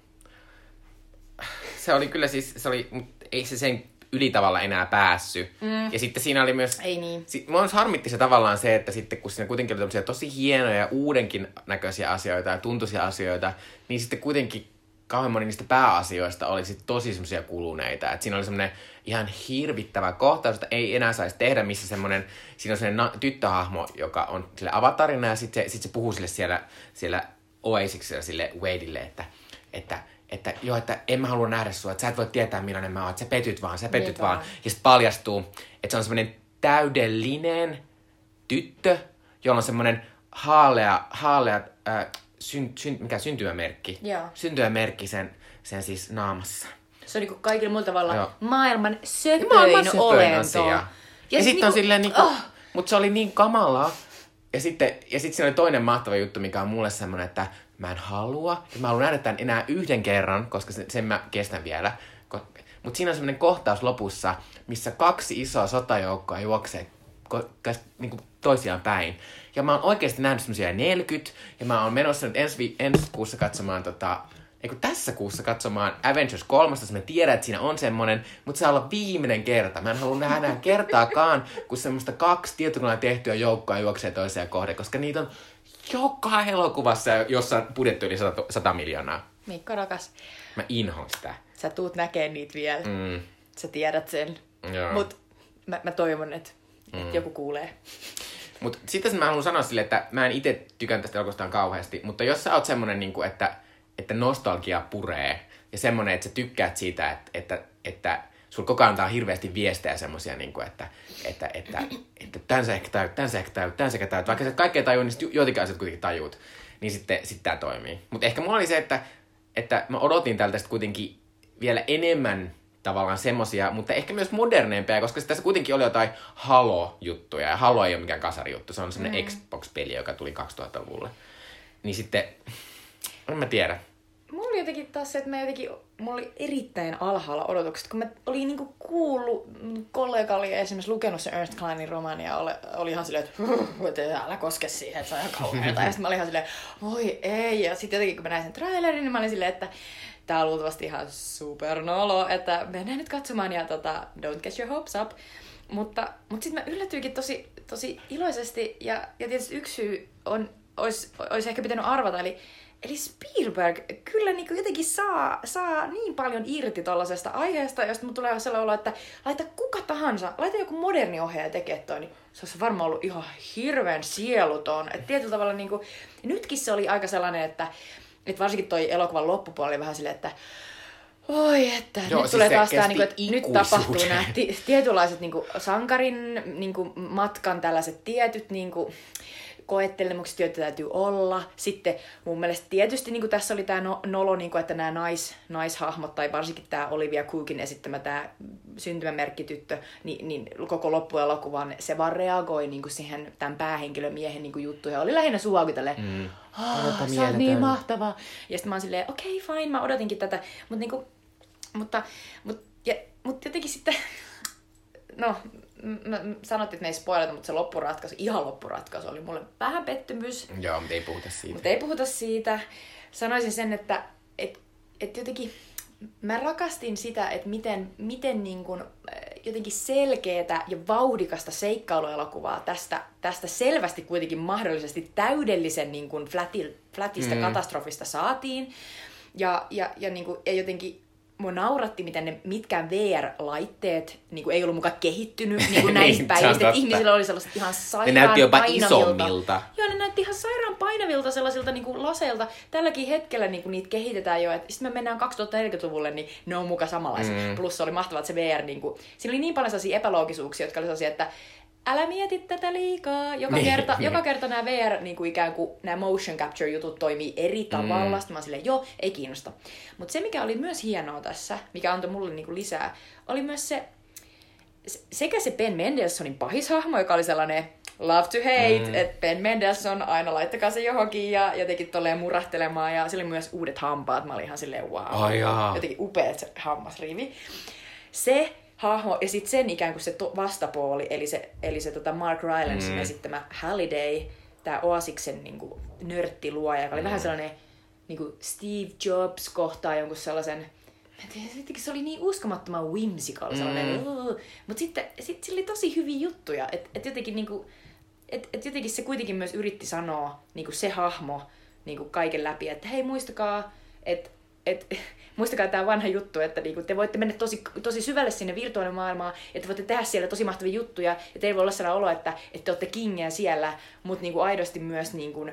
Se oli kyllä siis, se oli, mutta ei se sen yli tavalla enää päässyt. Mm. Ja sitten siinä oli myös... Ei niin. Si, mua harmitti se tavallaan se, että sitten kun siinä kuitenkin oli tosi hienoja ja uudenkin näköisiä asioita ja tuntuisia asioita, niin sitten kuitenkin kauhean moni niistä pääasioista oli sit tosi semmoisia kuluneita. Et siinä oli semmoinen ihan hirvittävä kohtaus, jota ei enää saisi tehdä, missä semmoinen, siinä on semmoinen tyttöhahmo, joka on sille avatarina, ja sitten se, sit se puhuu sille siellä, siellä Oasiksella sille Wadeille, että, että, että joo, että en mä halua nähdä sua, että sä et voi tietää millainen mä oon, että sä petyt vaan, sä petyt Niitä vaan. Ja sitten paljastuu, että se on semmoinen täydellinen tyttö, jolla on semmoinen haalea, haalea äh, Syn, syn, mikä syntymämerkki. Joo. Syntymämerkki sen, sen siis naamassa. Se on niinku kaikilla muilla tavalla Joo. maailman söpöin, maailman söpöin olento. Asia. Ja, ja sitten niinku, on silleen niinku, oh. Mutta se oli niin kamalaa. Ja sitten ja sit siinä oli toinen mahtava juttu, mikä on mulle semmonen, että mä en halua. Mä haluan nähdä tämän enää yhden kerran, koska sen, sen mä kestän vielä. Mutta siinä on semmonen kohtaus lopussa, missä kaksi isoa sotajoukkoa juoksee ko, kas, niinku toisiaan päin. Ja mä oon oikeesti nähnyt semmosia neljäkymmentä, ja mä oon menossa nyt ensi, ensi kuussa katsomaan tota, eiku tässä kuussa katsomaan Avengers kolme, koska mä tiedän, että siinä on semmonen, mutta se saa olla viimeinen kerta. Mä en halua nähdä kertaakaan, kun semmoista kaksi tietokoneella tehtyä joukkoa juoksee toiseen kohden, koska niitä on joka elokuvassa, jossa budjetti yli sata miljoonaa. Mikko rakas. Mä inhoan sitä. Sä tuut näkee niitä vielä. Mm. Sä tiedät sen. Joo. Mut mä, mä toivon, että mm. et joku kuulee. Mut sitten mä haluan sanoa silleen, että mä en itse tykän tästä elokuvasta kauheasti, mutta jos sä oot semmonen, niin kuin, että, että nostalgia puree ja semmonen, että sä tykkäät siitä, että, että, että sulla koko ajan antaa hirveästi viestejä semmosia, niin kuin, että, että, että, että, että tän sä ehkä tajut, tän sä ehkä tajut, tän sä ehkä tajut, vaikka sä kaikkea tajuu, niin joitakin asiat kuitenkin tajuut, niin sitten sit tää toimii. Mutta ehkä mulla oli se, että, että mä odotin tältä kuitenkin vielä enemmän tavallaan semmosia, mutta ehkä myös moderneempia, koska tässä kuitenkin oli jotain Halo-juttuja, ja Halo ei ole mikään kasarijuttu, se on semmoinen mm. Xbox-peli, joka tuli kaksituhattaluvulle. Niin sitten, en mä tiedä. Mulla oli jotenkin taas se, että mä jotenkin, mulla oli erittäin alhaalla odotukset, kun mä olin niinku kuullut, kollega oli esimerkiksi lukenut se Ernest Clinein romaania ja oli, oli ihan silleen, että älä koske siihen, että se on ihan kauheata. Ja sitten mä olin ihan silleen, voi ei. Ja sitten jotenkin kun mä näin sen trailerin, niin mä olin silleen, että tää on luultavasti ihan supernolo, että mennään nyt katsomaan ja tota, don't get your hopes up. Mutta, mutta sitten mä yllätyikin tosi, tosi iloisesti ja, ja tietysti yksi syy on, olisi, olisi ehkä pitänyt arvata, eli Eli Spielberg kyllä niin jotenkin saa, saa niin paljon irti tollasesta aiheesta, josta mun tulee sellainen olo, että laita kuka tahansa, laita joku moderni ohjaaja tekee toi, niin se olisi varmaan ollut ihan hirveän sieluton. Et tietyllä tavalla niin kuin, nytkin se oli aika sellainen, että, että varsinkin toi elokuvan loppupuoli oli vähän silleen, että oi, että Joo, nyt siis tulee taas tää, niin kuin, että nyt tapahtuu nämä t- tietynlaiset niin kuin, sankarin niin kuin, matkan tällaiset tietyt niin kuin, koettelemukset, joita täytyy olla. Sitten mun mielestä tietysti niin kuin tässä oli tämä nolo, niin kuin, että nämä nais, naishahmot, tai varsinkin tämä Olivia Cookin esittämä tämä syntymämerkkityttö, niin, niin koko loppuelokuvan se vaan reagoi niin kuin siihen tämän päähenkilön miehen niin kuin juttuihin. Oli lähinnä suakin tälleen, mm. sä oot niin mahtavaa. Ja sitten mä oon silleen, okei, okay, fine, mä odotinkin tätä. Mut, niin kuin, mutta, mutta, ja, mutta jotenkin sitten, no, Mä sanottiin, että me ei spoilata, mutta se loppuratkaisu, ihan loppuratkaisu oli mulle vähän pettymys. Joo, mutta ei puhuta siitä. Mutta ei puhuta siitä. Sanoisin sen, että et, et jotenkin mä rakastin sitä, että miten, miten niin kun, jotenkin selkeätä ja vauhdikasta seikkailuelokuvaa tästä, tästä selvästi kuitenkin mahdollisesti täydellisen niin kun fläti, flätistä mm. katastrofista saatiin. Ja, ja, ja, niin kun, ja jotenkin mua nauratti, miten ne mitkään V R-laitteet niin kuin ei ollut mukaan kehittynyt niin kuin näistä päivistä. Ihmisillä oli sellaiset ihan sairaan ne näytti jopa painavilta. isommilta. Joo, ne näytti ihan sairaan painavilta sellaisilta niin kuin laseilta. Tälläkin hetkellä niin kuin niitä kehitetään jo. Sitten me mennään kaksituhattaneljäkymmentäluvulle, niin ne on mukaan samanlaisia. Mm. Plus se oli mahtavaa, että se V R, niin kuin, siinä oli niin paljon sellaisia epäloogisuuksia, jotka oli sellaisia, että älä mieti tätä liikaa. Joka niin, kerta, niin. joka kerta nämä V R, niin kuin ikään kuin nämä motion capture-jutut toimii eri tavalla. Mm. Sitten mä oon silleen, joo, ei kiinnosta. Mutta se, mikä oli myös hienoa tässä, mikä antoi mulle niin kuin lisää, oli myös se, sekä se Ben Mendelsohnin pahishahmo, joka oli sellainen love to hate, mm. että Ben Mendelsohn aina laittakaa se johonkin ja jotenkin tolleen murahtelemaan. Ja sillä oli myös uudet hampaat. Mä olin ihan silleen, wow. Oh, jotenkin upeat se hammasrivi. Se hahmo, ja sitten sen ikään kuin se to- vastapuoli, eli se, eli se tota Mark Rylancein mm. esittämä Halliday, tämä Oasiksen niin kuin, nörttiluoja, joka oli mm. vähän sellainen niin kuin Steve Jobs kohtaa jonkun sellaisen, mä en tiedä, se oli niin uskomattoman whimsical, sellainen, mm. mutta sitten sit sillä oli tosi hyviä juttuja, että et jotenkin, niin kuin, et, et jotenkin se kuitenkin myös yritti sanoa, niin kuin se hahmo niin kuin kaiken läpi, että hei muistakaa, että et, muistakaa tämä vanha juttu, että niinku te voitte mennä tosi, tosi syvälle sinne virtuaalimaailmaan, ja te voitte tehdä siellä tosi mahtavia juttuja, ja teillä voi olla sellainen olo, että, että te olette kingeä siellä, mutta niinku aidosti myös niinku,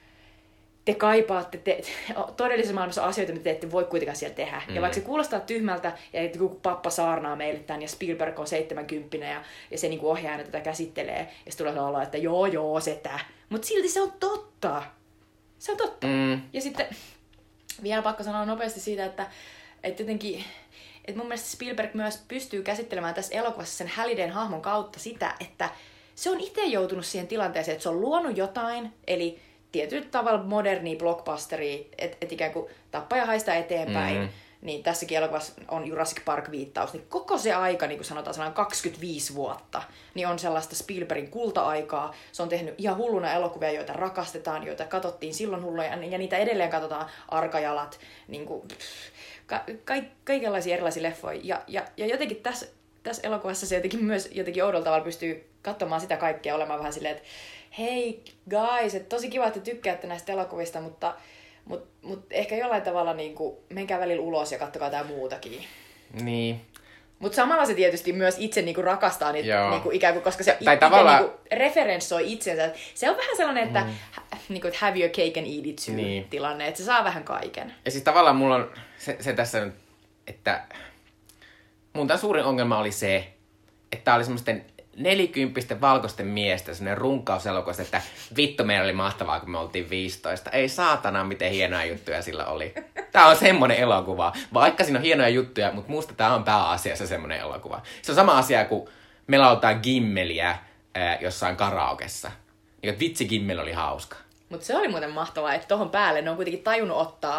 te kaipaatte te, todellisessa maailmassa asioita, mitä te ette voi kuitenkaan siellä tehdä. Mm. Ja vaikka se kuulostaa tyhmältä, ja että kun pappa saarnaa meille tämän, ja Spielberg on seitsemänkymmentä, ja, ja se niinku ohjaajana tätä käsittelee, ja sitten tulee olo, että joo joo, setä. Mutta silti se on totta. Se on totta. Mm. Ja sitten vielä pakko sanoa nopeasti siitä, että, että jotenkin, että mun mielestä Spielberg myös pystyy käsittelemään tässä elokuvassa sen Hallidayn hahmon kautta sitä, että se on itse joutunut siihen tilanteeseen, että se on luonut jotain, eli tietyllä tavalla modernia blockbusteria, että et ikään kuin tappaja haistaa eteenpäin, mm-hmm. niin tässäkin elokuvassa on Jurassic Park-viittaus, niin koko se aika, niin kuin sanotaan sellainen kaksikymmentäviisi vuotta, niin on sellaista Spielbergin kulta-aikaa. Se on tehnyt ihan hulluna elokuvia, joita rakastetaan, joita katsottiin silloin hulluja, ja niitä edelleen katsotaan, Arkajalat, niin kuin, ka- ka- kaikenlaisia erilaisia leffoja. Ja, ja, ja jotenkin tässä, tässä elokuvassa se jotenkin myös jotenkin oudolla tavalla pystyy katsomaan sitä kaikkea, olemaan vähän silleen, että hei guys, että tosi kiva, että tykkäätte näistä elokuvista, mutta Mutta mut ehkä jollain tavalla niinku, menkää välillä ulos ja kattokaa jotain muutakin. Niin. Mutta samalla se tietysti myös itse niinku rakastaa niitä, niinku, ikään kuin, koska se tai itse tavallaan niinku, referenssoi itsensä. Se on vähän sellainen, että mm. niinku, et have your cake and eat it too niin. tilanne, että se saa vähän kaiken. Ja siis tavallaan mulla on se, se tässä nyt, että mun tämän suurin ongelma oli se, että tää oli semmoisten nelikymppisten valkoisten miesten sellainen runkauselokuvassa, että vittu meillä oli mahtavaa, kun me oltiin viisitoista. Ei saatana, miten hienoja juttuja sillä oli. Tää on semmonen elokuva. Vaikka siinä on hienoja juttuja, mutta musta tää on pääasiassa semmonen elokuva. Se on sama asia, kuin me lauletaan Gimmeliä ää, jossain karaokessa. Niin, vitsi, Gimmel oli hauska. Mutta se oli muuten mahtavaa, että tohon päälle ne on kuitenkin tajunnut ottaa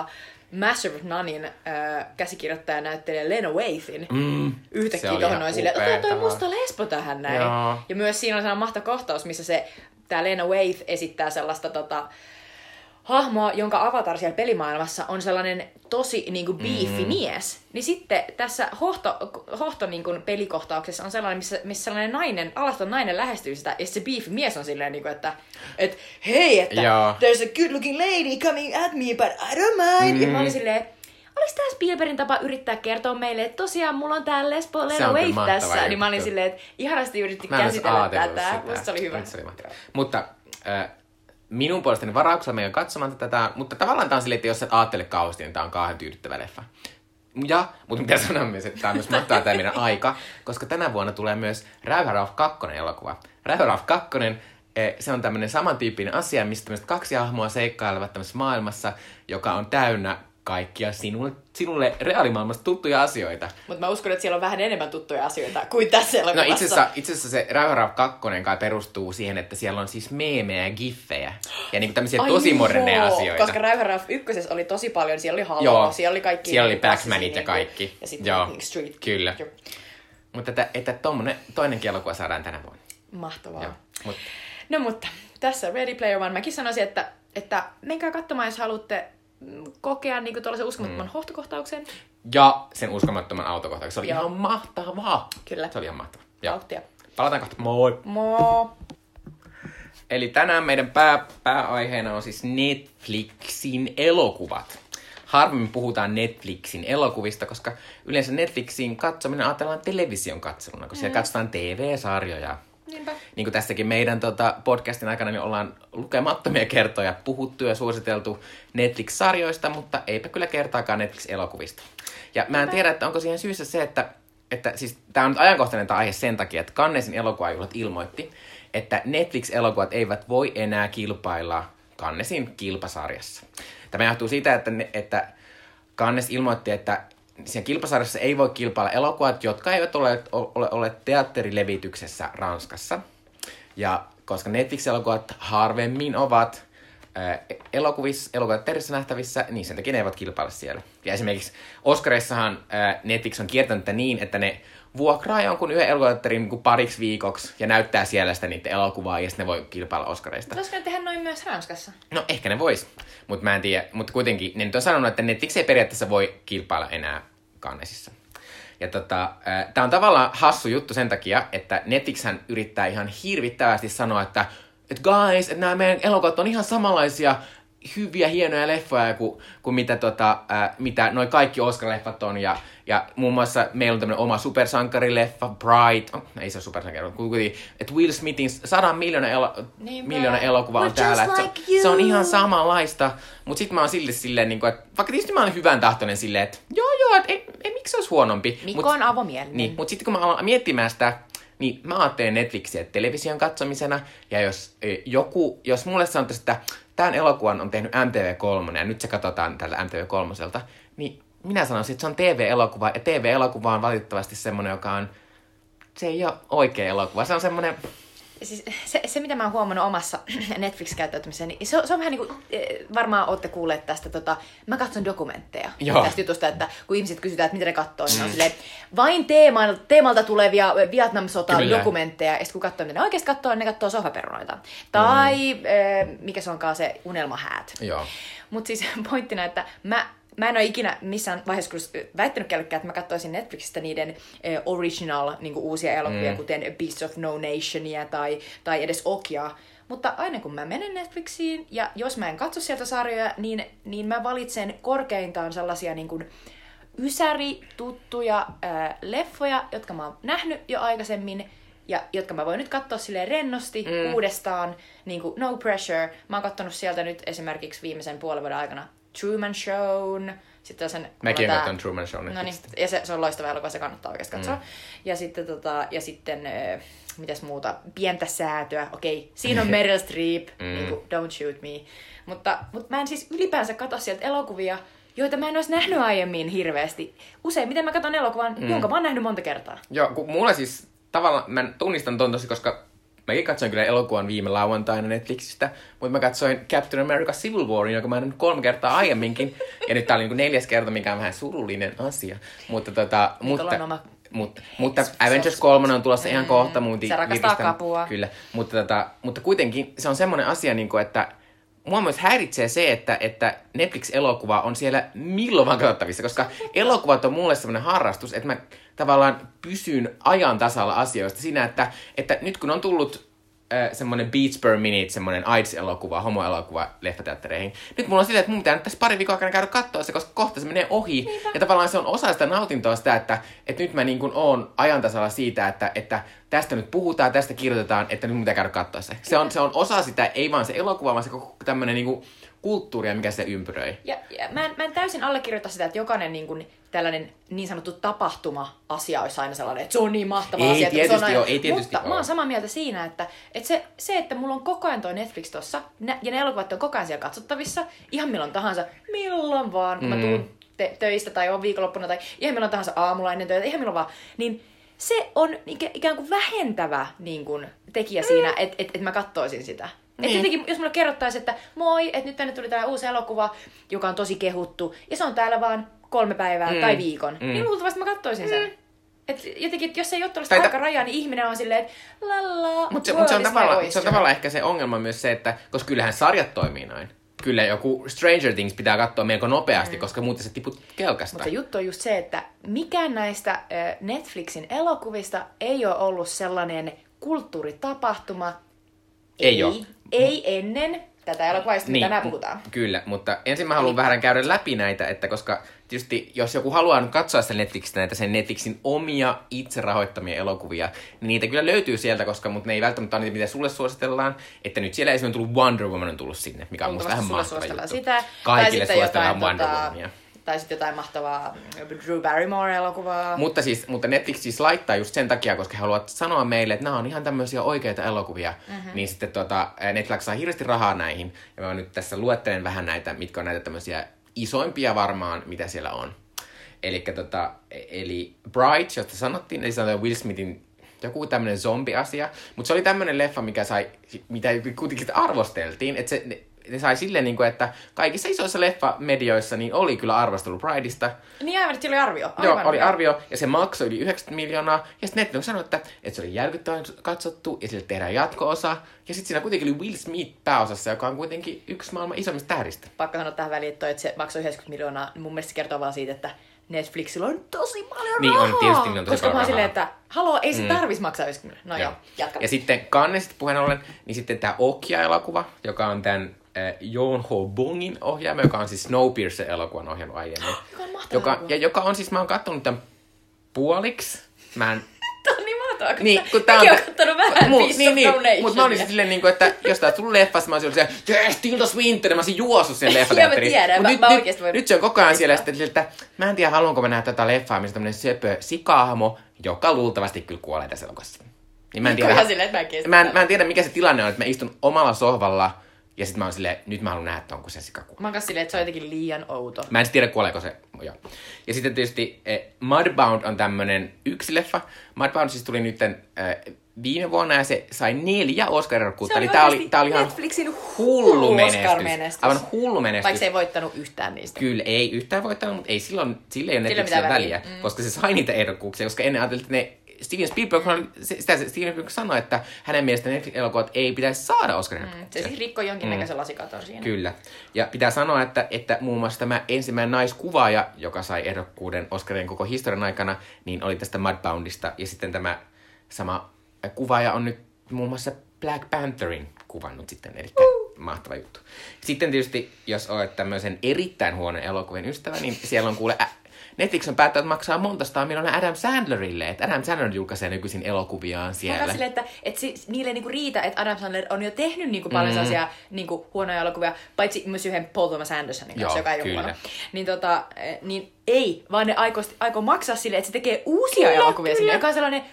Master of Nonein äh, käsikirjoittaja näyttelee Lena Waithin Mm, yhtäkkiä tuohon noin silleen, että toi musta lesbo tähän näin. Joo. Ja myös siinä on sellainen mahtava kohtaus, missä se, tää Lena Waithe esittää sellaista tota, hahmoa, jonka avatar siellä pelimaailmassa on sellainen tosi niinku beefi mm. mies. Niin sitten tässä hohto, hohto niinku pelikohtauksessa on sellainen, missä, missä sellainen nainen, alaston nainen lähestyy sitä, ja se beefi mies on silleen, niinku, että et, hei, että Joo. there's a good looking lady coming at me, but I don't mind. Mm. Ja mä olin silleen, olis tää Spielbergin tapa yrittää kertoa meille, että tosiaan mulla on tää lesbo Se Lena on kyllä Waithe mahtava tässä. Niin mä olin juttu. silleen, että ihanasti yritti Mä en edes käsitellä ajatellut tätä. sitä. Musta se oli hyvä. Se oli mahtavaa. Mutta äh, minun puolestani varauksella meidän katsomaan tätä, mutta tavallaan tää on silleen, että jos et ajattele kauheasti, niin tää on kauhean tyydyttävä leffa. Ja, mutta mitä sanoa myös, että tää on myös mahtavaa tää meidän aika, koska tänä vuonna tulee myös Räyhä Ralph kaksi elokuva. Räyhä Ralph kaksi, eh, se on tämmönen samantyyppinen asia, missä tämmöiset kaksi hahmoa seikkailevat tämmöisessä maailmassa, joka on täynnä kaikkia sinulle, sinulle reaalimaailmasta tuttuja asioita. Mutta mä uskon, että siellä on vähän enemmän tuttuja asioita kuin tässä elokuvassa. No itse asiassa, itse asiassa se Räyhä Ralph kaksi kai perustuu siihen, että siellä on siis meemejä ja giffejä. Ja niinku tämmöisiä Ai tosi moderneja joo, asioita. Koska Räyhä Ralph ykkösessä oli tosi paljon, siellä oli Halo, Joo. siellä oli kaikki... Siellä oli klassisia Pac-Manit ja niinku- kaikki. Ja sitten Joo, King Street. kyllä. Joo. Mutta että, että tommonen toinenkin elokuva saadaan tänä vuonna. Mahtavaa. Joo. Mut, No mutta, tässä Ready Player One. Mäkin sanoisin, että, että menkää katsomaan, jos haluatte mm, kokea niinku tuollaisen uskomattoman mm. hohtokohtauksen. ja sen uskomattoman autokohtauksen. Se oli Joo. ihan mahtavaa. Kyllä. Se oli ihan mahtavaa. Joo. Vauhtia. Palataan kohta. Moi! Moi! Eli tänään meidän pää, pääaiheena on siis Netflixin elokuvat. Harvemmin puhutaan Netflixin elokuvista, koska yleensä Netflixin katsominen ajatellaan television katseluna, kun mm. siellä katsotaan T V-sarjoja. Niinpä. Niin kuin tässäkin meidän tota, podcastin aikana niin ollaan lukemattomia kertoja puhuttu ja suositeltu Netflix-sarjoista, mutta eipä kyllä kertaakaan Netflix-elokuvista. Ja mä en tiedä, että onko siihen syyssä se, että, että siis tää on nyt ajankohtainen tämä aihe sen takia, että Cannesin elokuvajuhlat ilmoitti, että Netflix-elokuvat eivät voi enää kilpailla Cannesin kilpasarjassa. Tämä johtuu siitä, että, ne, että Cannes ilmoitti, että siinä kilpasarjassa ei voi kilpailla elokuvat, jotka eivät ole, ole, ole teatterilevityksessä Ranskassa. Ja koska Netflix-elokuvat harvemmin ovat ää, elokuvissa, elokuvateatterissa nähtävissä, niin sen takia ne eivät kilpailla siellä. Ja esimerkiksi Oscareissahan ää, Netflix on kiertänyt niin, että ne vuokraa jonkun yhden elokuvateatterin niin pariksi viikoksi ja näyttää siellä sitä niiden elokuvaa ja sitten ne voi kilpailla Oscareista. Pitäisikö ne tehdä noin myös Ranskassa? No ehkä ne vois, mutta mä en tiedä. Mutta kuitenkin ne nyt on sanonut, että Netflix ei periaatteessa voi kilpailla enää Cannesissa. Ja tota, äh, tää on tavallaan hassu juttu sen takia, että Netflixhän yrittää ihan hirvittävästi sanoa, että et guys, että nämä meidän elokuvat on ihan samanlaisia hyviä, hienoja leffoja kuin, kuin mitä, tota, äh, mitä noi kaikki Oscar-leffat on. Ja, ja muun muassa meillä on tämmönen oma supersankarileffa, Bright. Oh, ei se ole supersankari, mutta kuitenkin, että Will Smithin sadan miljoona, elo, miljoona elokuva on We're täällä. just Like like se on you. ihan samanlaista. Mutta sitten mä oon silti silleen, niin kuin, että vaikka tietysti mä oon hyvän tahtoinen silleen, että joo joo, että ei, ei, miksi se olisi huonompi. Mikko Mut, on avomielinen. niin, mutta sitten kun mä aloin miettimään sitä, niin mä ajattelen Netflixiä television katsomisena, ja jos e, joku, jos mulle sanottaisi, että tämän elokuvan on tehnyt M T V kolme, ja nyt se katsotaan tältä M T V kolme, niin minä sanoisin, että se on T V-elokuva, ja T V-elokuva on valitettavasti semmoinen, joka on, se ei ole oikea elokuva, se on semmoinen... Siis se, se, mitä mä oon huomannut omassa Netflix-käyttäytymisessä, niin se, on- se on vähän niin kuin, varmaan ootte kuulleet tästä, tota, mä katson dokumentteja Joo. tästä jutusta, että kun ihmiset kysytään, että mitä ne katsoo, niin mm. on silleen, vain teemalta, teemalta tulevia Vietnam-sota-dokumentteja, ja sitten kun katsoo, mitä ne oikeasti katsoo, niin ne katsoo sohvaperunoita. Tai mm. äh, mikä se onkaan se unelmahäät. Joo. Mutta siis pointtina, että mä, mä en ole ikinä missään vaiheessa väittänyt kellekään, että mä katsoisin Netflixistä niiden eh, original niin kuin uusia elokuvia, mm. kuten Beasts of No Nationia tai, tai edes Okia. Mutta aina kun mä menen Netflixiin ja jos mä en katso sieltä sarjoja, niin, niin mä valitsen korkeintaan sellaisia niin kuin ysäri, tuttuja ää, leffoja, jotka mä oon nähnyt jo aikaisemmin ja jotka mä voin nyt katsoa silleen rennosti mm. uudestaan, niin kuin no pressure. Mä oon katsonut sieltä nyt esimerkiksi viimeisen puolen vuoden aikana Truman Shown. Sitten sen, Mäkin tää... olen katsonut Truman Shown. No niin, ja se, se on loistava elokuva, se kannattaa oikeasti katsoa. Mm. Ja sitten, tota, ja sitten äh, mitäs muuta, pientä säätöä. Okei, siinä on Meryl Streep, mm. niin kuin Don't Shoot Me. Mutta, mutta mä en siis ylipäänsä katso sieltä elokuvia, joita mä en olisi nähnyt aiemmin hirveästi. Useimmiten mä katson elokuvan, mm. jonka mä oon nähnyt monta kertaa. Joo, kun mulla siis tavallaan, mä tunnistan ton tosi, koska mäkin katsoin kyllä elokuvan viime lauantaina Netflixistä, mutta mä katsoin Captain America Civil Warin, joka mä oon kolme kertaa aiemminkin. Ja nyt tää oli niin neljäs kerta, mikä on vähän surullinen asia. Mutta tota... mutta, oma... mutta, mutta Avengers kolme on tulossa mm, ihan kohta. Muutin, se rakastaa kapua. Kyllä, mutta, tota, mutta kuitenkin se on semmoinen asia, niin kuin, että mua myös häiritsee se, että, että Netflix-elokuva on siellä milloin vaan katsottavissa, koska elokuvat on mulle semmoinen harrastus, että mä tavallaan pysyn ajan tasalla asioista siinä, että, että nyt kun on tullut äh, semmoinen Beats per Minute, semmoinen AIDS-elokuva, homo-elokuva leffateattereihin, nyt mulla on silleen, että mun pitää nyt tässä pari viikon aikana käydä katsoa se, koska kohta se menee ohi. Niinpä. Ja tavallaan se on osa sitä nautintoa sitä, että, että nyt mä niin kuin oon ajan tasalla siitä, että, että tästä nyt puhutaan, tästä kirjoitetaan, että nyt mun pitää käydä katsoa se. Se on, se on osa sitä, ei vaan se elokuva, vaan se koko tämmöinen niin kuin kulttuuria, mikä se ympyröi. Ja, ja mä, en, mä en täysin allekirjoita sitä, että jokainen niin kuin, tällainen niin sanottu tapahtuma-asia olisi aina sellainen, että se on niin mahtava ei asia. Tietysti se on aina... ole, ei tietysti Mutta ole. Mä oon samaa mieltä siinä, että, että se, se, että mulla on koko ajan toi Netflix tossa, ja ne elokuvat on koko ajan siellä katsottavissa, ihan milloin tahansa, milloin vaan, kun mm. mä tuun te- töistä tai on viikonloppuna, tai ihan milloin tahansa aamulla ennen töitä, ihan milloin vaan, niin se on ikään kuin vähentävä niin kuin, tekijä mm. siinä, että et, et mä katsoisin sitä. Niin. Että jotenkin, jos mulle kerrottaisiin, että moi, että nyt tänne tuli tää uusi elokuva, joka on tosi kehuttu, ja se on täällä vaan kolme päivää mm. tai viikon, mm. niin luultavasti mä katsoisin sen. Mm. Et jotenkin, jos ei ole tuollaista ta- aikarajaa, niin ihminen on silleen, että lalla, Mutta se, mut se, on tavallaan, se on tavallaan ehkä se ongelma myös se, että koska kyllähän sarjat toimii noin. Kyllä joku Stranger Things pitää katsoa melko nopeasti, mm. koska muuten se tiput kelkasta. Mutta se juttu on just se, että mikään näistä äh, Netflixin elokuvista ei ole ollut sellainen kulttuuritapahtuma. Ei, ei ole. Ei ennen tätä elokuvaa, niin, mitä tänään puhutaan. Kyllä, mutta ensin mä haluan vähän käydä läpi näitä, että koska tietysti jos joku haluaa nyt katsoa sitä Netflixistä näitä sen Netflixin omia itse rahoittamia elokuvia, niin niitä kyllä löytyy sieltä, koska mutta ne ei välttämättä ole niitä, mitä sulle suositellaan. Että nyt siellä esimerkiksi on tullut Wonder Woman on tullut sinne, mikä on musta vähän mahtava juttu. Sitä, Kaikille suositellaan jotain, Wonder tota, Womania. Tai sitten jotain mahtavaa Drew Barrymore-elokuvaa. Mutta, siis, mutta Netflix siis laittaa just sen takia, koska he haluavat sanoa meille, että nämä on ihan tämmöisiä oikeita elokuvia. Mm-hmm. Niin sitten tota, Netflix saa hirveästi rahaa näihin. Ja mä nyt tässä luettelen vähän näitä, mitkä on näitä tämmöisiä isoimpia varmaan, mitä siellä on. Elikkä tota, eli Bright, josta sanottiin, eli sanotaan Will Smithin joku tämmöinen zombi-asia. Mutta se oli tämmöinen leffa, mikä sai, mitä kuitenkin arvosteltiin, että se... Ne sai silleen, niin kuin, että kaikissa isoissa leffamedioissa niin oli kyllä arvostelu Prideista. Niin aivan, että oli arvio. Aivan, Joo, oli arvio, ja se maksoi yli yhdeksänkymmentä miljoonaa. Ja sitten Netflix sanoi, että, että se oli järkyttävän katsottu, ja sille tehdään jatko-osa. Ja sitten siinä kuitenkin oli Will Smith pääosassa, joka on kuitenkin yksi maailman isommista tähdistä. Pakko sanoa tähän väliin, että, toi, että se maksoi yhdeksänkymmentä miljoonaa. Mun mielestä se kertoo vaan siitä, että Netflixillä on tosi paljon niin rahaa. Niin on, tietysti on tosi Koska paljon mä oon rahaa. silleen, että haloo, ei se mm. tarvis maksaa yhdeksänkymmentä. No joo, jatka. Ja sitten Cannesista puheen ollen, niin sitten tämä Okja-elokuva, joka on tämän äh, Joon Ho Bongin ohjaama, joka on siis Snowpiercer-elokuvan ohjannut aiemmin. Joka on mahtava joka, elokuva. ja joka on siis, mä oon kattonut tämän puoliksi. Mä en... Tää on niin mahtavaa, kun niin, kun mäkin oon kattonut vähän mu, Beast niin, of niin, No Nation. Mutta mä olin silleen, niin kuin, että jos tää on tullut leffassa, mä olisin silleen, yes, Tilda Swinton, mä olisin juossut sen leffateatteriin. Joo, mä tiedän, Mut mä, nyt, mä oikeesti voin... Nyt se on koko ajan siellä sitten, että mä en tiedä, haluanko mä nähdä tätä leffaa, missä tämmönen söpö sikahmo, joka luultavasti kyllä kuolee tässä elokuvassa. Niin mä en tiedä, silleen, että mä, mä, en, mä en tiedä, mikä se tilanne on, että mä istun omalla sohvalla, ja sit mä oon silleen, nyt mä haluan nähdä, että onko se sikakuolema. Mä oon kanssa silleen, että se on jotenkin liian outo. Mä en tiedä, kuoleeko se. Joo. Ja sitten tietysti eh, Mudbound on tämmönen yksi leffa. Mudbound siis tuli nytten eh, viime vuonna ja se sai neljä Oscar-ehdokkuutta. Eli tää oli, tää oli ihan Netflixin hullu menestys. menestys. Aivan hullu menestys. Vaikka se ei voittanut yhtään niistä. Kyllä, ei yhtään voittanut, mutta ei silloin, sille ei ole Sillä Netflixillä mitään väliä, väliä. Mm. koska se sai niitä ehdokkuuksia, koska ennen ajateltiin, että ne Steven Spielberg, sitä Steven Spielberg sanoi, että hänen mielestä Netflix-elokuvat ei pitäisi saada Oscar-ehdokkuuksia. Mm, se siis rikkoi jonkinnäköisen mm. lasikaton siinä. Kyllä. Ja pitää sanoa, että, että muun muassa tämä ensimmäinen naiskuvaaja, joka sai ehdokkuuden Oscarien koko historian aikana, niin oli tästä Mudboundista. Ja sitten tämä sama kuvaaja on nyt muun muassa Black Pantherin kuvannut sitten, eli uh. mahtava juttu. Sitten tietysti, jos olet tämmöisen erittäin huonon elokuvien ystävä, niin siellä on kuule... Ä- Netflix on päättänyt maksaa monta sataa miljoonaa Adam Sandlerille, että Adam Sandler julkaisee nykyisin elokuviaan siellä. Mä silleen, että, että se, niille ei niinku riitä, että Adam Sandler on jo tehnyt niinku paljon mm. sellaisia niinku huonoja elokuvia, paitsi myös yhden Paul Thomas Andersonin kanssa, Joo, joka ei kyllä. ole huono. Niin, tota, niin ei, vaan ne aikoo, aikoo maksaa sille, että se tekee uusia kyllä, elokuvia kyllä. sinne, joka on sellainen,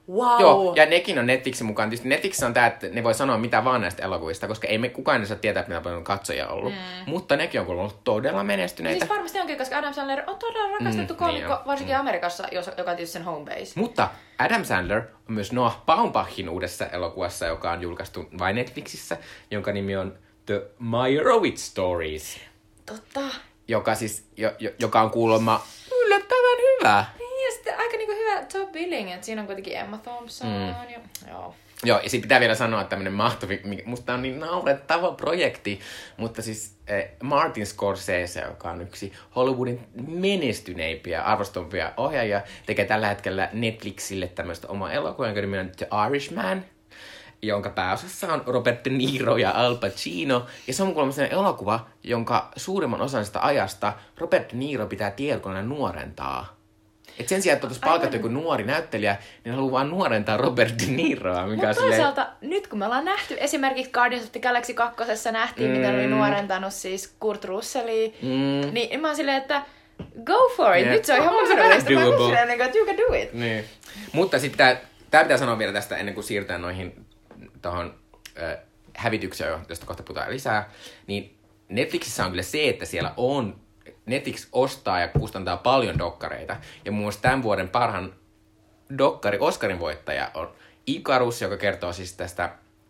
wow. Joo, ja nekin on Netflixin mukaan. Tietysti Netflix on tää, että ne voi sanoa mitä vaan näistä elokuvista, koska ei me kukaan ei saa tietää, että mitä paljon katsojia on ollut. Mm. Mutta nekin on kuulemma ollut todella menestyneitä. Siis varmasti onkin, koska Adam Sandler on todella rakastettu mm, koomikko, niin varsinkin mm. Amerikassa, joka on tietysti sen home base. Mutta Adam Sandler on myös Noah Baumbachin uudessa elokuvassa, joka on julkaistu vain Netflixissä, jonka nimi on The Meyerowitz Stories. Totta. Joka siis, jo, jo, joka on kuulemma yllättävän hyvä. Niin, ja sitten aika niinku hyvä top billing, että siinä on kuitenkin Emma Thompson. Mm. Ja, joo. Joo, ja sitten pitää vielä sanoa, että tämmönen mahtovi, musta on niin naurettava projekti, mutta siis eh, Martin Scorsese, joka on yksi Hollywoodin menestyneimpiä, arvostumpia ohjaajia, tekee tällä hetkellä Netflixille tämmöistä omaa elokuvaa, jonka nimi on The Irishman, jonka pääosassa on Robert De Niro ja Al Pacino. Ja se on kuulemma sellainen elokuva, jonka suurimman osan sitä ajasta Robert De Niro pitää tietokoneella nuorentaa. Et sen sijaan, että oltaisiin palkattu joku nuori näyttelijä, niin haluaa vaan nuorentaa Robert De Niroa. Mutta toisaalta, silleen... nyt kun me ollaan nähty, esimerkiksi Guardians of the Galaxy kakkosessa nähtiin, mm. miten oli nuorentanut siis Kurt Russellia, mm. niin mä oon silleen, että go for it, yeah. Nyt se on ihan mahdollista. Mä oon silleen, että you can do it. Niin. Mutta sitten pitää, tää pitää sanoa vielä tästä ennen kuin siirrytään noihin tohon äh, hävitykseen, josta kohta puhutaan lisää, niin Netflixissä on kyllä se, että siellä on Netflix ostaa ja kustantaa paljon dokkareita. Ja muun muassa tämän vuoden parhaan dokkari Oscarin voittaja on Icarus, joka kertoo siis tästä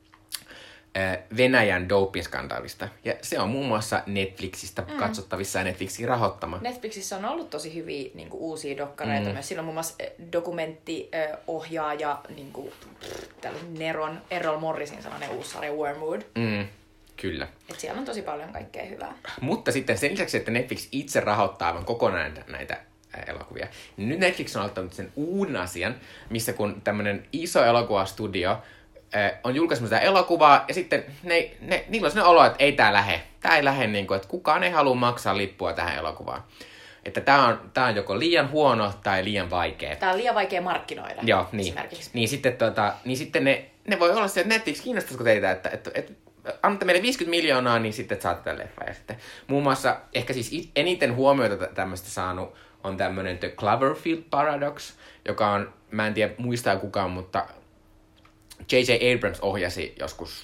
äh, Venäjän doping-skandaalista. Ja se on muun muassa Netflixistä mm. katsottavissa ja Netflixin rahoittama. Netflixissä on ollut tosi hyviä niin kuin, uusia dokkareita. Mm. Myös sillä on muun muassa dokumenttiohjaaja, niin kuin, Neron, Errol Morrisin sellainen uusi sarja Wormwood. Mm. Kyllä. Et siellä on tosi paljon kaikkea hyvää. Mutta sitten sen lisäksi, että Netflix itse rahoittaa aivan kokonaan näitä elokuvia, niin nyt Netflix on aloittanut sen uuden asian, missä kun tämmöinen iso elokuvastudio äh, on julkaisemassa sitä elokuvaa, ja sitten ne, ne, niillä on sellainen olo, että ei tää lähe. Tää ei lähe, niin kuin, että kukaan ei halua maksaa lippua tähän elokuvaan. Että tää on, tää on joko liian huono tai liian vaikea. Tää on liian vaikea markkinoida. Joo, niin. Niin sitten, tota, niin sitten ne, ne voi olla se, että Netflix kiinnostaisiko teitä, että, että, että annatte meille viisikymmentä miljoonaa, niin sitten saatte tämän leffan. Ja sitten muun muassa ehkä siis eniten huomioita tämmöistä saanut on tämmöinen The Cloverfield Paradox, joka on, mä en tiedä muistaa kukaan, mutta J J Abrams ohjasi joskus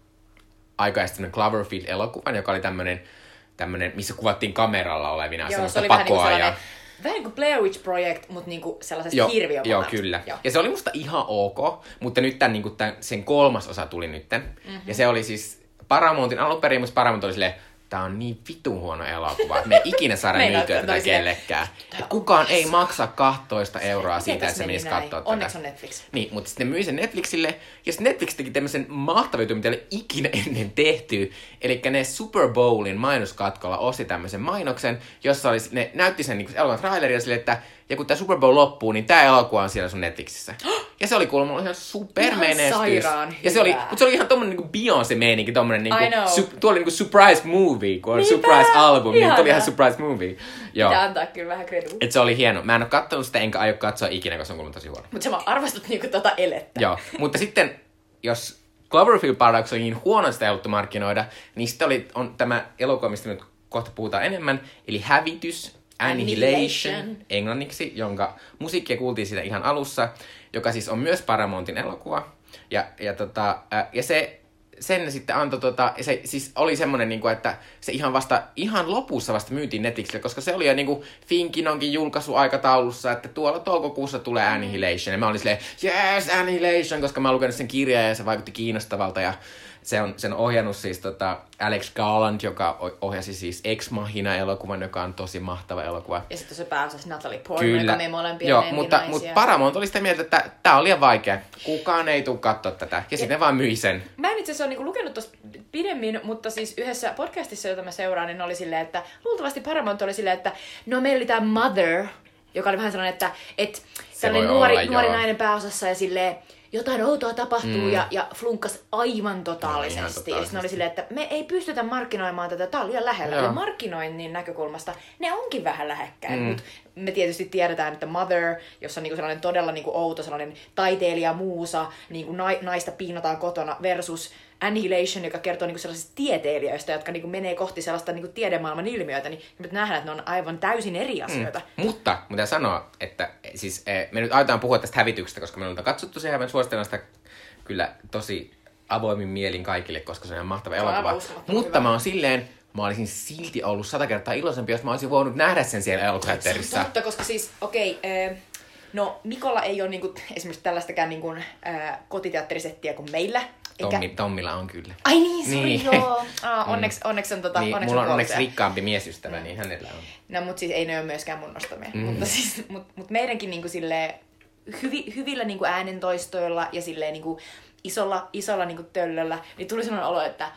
aikaisesti Cloverfield-elokuvan, joka oli tämmöinen, tämmöinen missä kuvattiin kameralla olevina joo, semmoista se pakoa. Vähän ja... vähän niin kuin Blair Witch Project, mutta niin kuin sellaisesta hirviöpohjalta. Joo, kyllä. Joo. Ja se oli musta ihan ok, mutta nyt tämän, niin kuin tämän, sen kolmas osa tuli nytten. Mm-hmm. Ja se oli siis Paramountin alun perin, mutta Paramount oli silleen, tää on niin vitun huono elokuva, että me ei ikinä saada myytyä tätä kellekään. Että kukaan ei maksa kaksitoista euroa siitä, että se menisi katsoa tätä. Onneksi on Netflix. Niin, mutta sitten ne myi sen Netflixille, ja sitten Netflix teki tämmöisen mahtavuuden, mitä ei ole ikinä ennen tehty. Eli ne Super Bowlin mainoskatkolla osti tämmöisen mainoksen, jossa oli, ne näytti sen niin elokuvan traileria silleen, että ja kun tää Super Bowl loppuu, niin tää elokuva on siellä sun Netflixissä. Ja se oli kuulemma ihan supermenestys. Ihan sairaan ja se oli, mutta se oli ihan tommonen niinku Beyoncé-meininki, tommonen niinku, su, tuo oli niinku surprise movie, kun on Niinpä, surprise album, ihana. Niin tuli ihan surprise movie. Joo. Pitää antaa kyllä vähän kredu. Et se oli hieno. Mä en oo kattonut sitä, enkä aio katsoa ikinä, koska se on kuulemma tosi huono. Mut sä vaan arvostut niinku tota elettä. Joo, mutta sitten, jos Cloverfield Paradox oli niin huono, sitä ei haluttu markkinoida, niin sitten oli, on tämä elokuva, mistä nyt kohta puhutaan enemmän, eli Hävitys. Annihilation englanniksi, jonka musiikkia kuultiin siitä ihan alussa, joka siis on myös Paramountin elokuva. Ja, ja, tota, ja se, sen sitten antoi, tota, se siis oli semmoinen, niin kuin, että se ihan vasta, ihan lopussa vasta myytiin Netflixille, koska se oli jo niin kuin Finkinonkin julkaisuaikataulussa, että tuolla toukokuussa tulee Annihilation. Ja mä olin silleen, yes, Annihilation, koska mä oon lukenut sen kirjan ja se vaikutti kiinnostavalta. Ja se on sen ohjannut siis tota Alex Garland, joka ohjasi siis Ex Machina-elokuvan, joka on tosi mahtava elokuva. Ja sitten se pääosasi Natalie Portman, joka me molempia joo, mutta, mutta Paramount oli sitä mieltä, että tää on liian vaikea. Kukaan ei tule katsoa tätä. Ja, ja sitten ne vaan myi sen. Mä en itse asiassa ole niinku lukenut tosta pidemmin, mutta siis yhdessä podcastissa, jota mä seuraan, niin oli silleen, että luultavasti Paramount oli silleen, että no meillä oli tää Mother, joka oli vähän sellainen, että et, tällainen nuori, olla, nuori nainen pääosassa ja silleen, jotain outoa tapahtuu mm. ja, ja flunkkas aivan totaalisesti. No, ihan totaalisesti. Ja sitten oli silleen, että me ei pystytä markkinoimaan tätä, tää on liian lähellä. Joo. Ja markkinoinnin näkökulmasta ne onkin vähän lähekkäin. Mm. Mutta me tietysti tiedetään, että Mother, jossa on niinku sellainen todella niinku outo sellainen taiteilija muusa, niinku na, naista piinataan kotona versus Annihilation, joka kertoo niinku sellaisista tieteilijöistä, jotka niinku menee kohti sellaista niinku tiedemaailman ilmiöitä, niin me nähdään, että ne on aivan täysin eri asioita. Mm. Mutta, mitä sanoa, että siis me nyt aletaan puhua tästä hävityksestä, koska me ollaan katsottu se ja me suositellaan sitä kyllä tosi avoimin mielin kaikille, koska se on ihan mahtava elokuva. Mutta hyvä. Mä oon silleen, mä olisin silti ollut sata kertaa iloisempi, jos mä olisin voinut nähdä sen siellä elokuvateatterissa. Se on totta, koska siis, okei, okay, äh, no Mikolla ei ole niinku, esimerkiksi tällaistakään niinku, äh, kotiteatterisettiä kuin meillä. Tommi, Eikä... Tommilla on kyllä. Ai niin, se niin. joo. Ah, onneksi, onneksi on tota, niin, onneksi mulla on on onneksi rikkaampi miesystävä, mm. niin hänellä on. No mut siis ei ne ole myöskään mun nostamia. Mm. Mutta siis, mut, mut meidänkin niinku silleen hyvi, hyvillä niinku äänentoistoilla ja silleen niinku isolla, isolla niinku töllöllä, niin tuli sellainen olo, että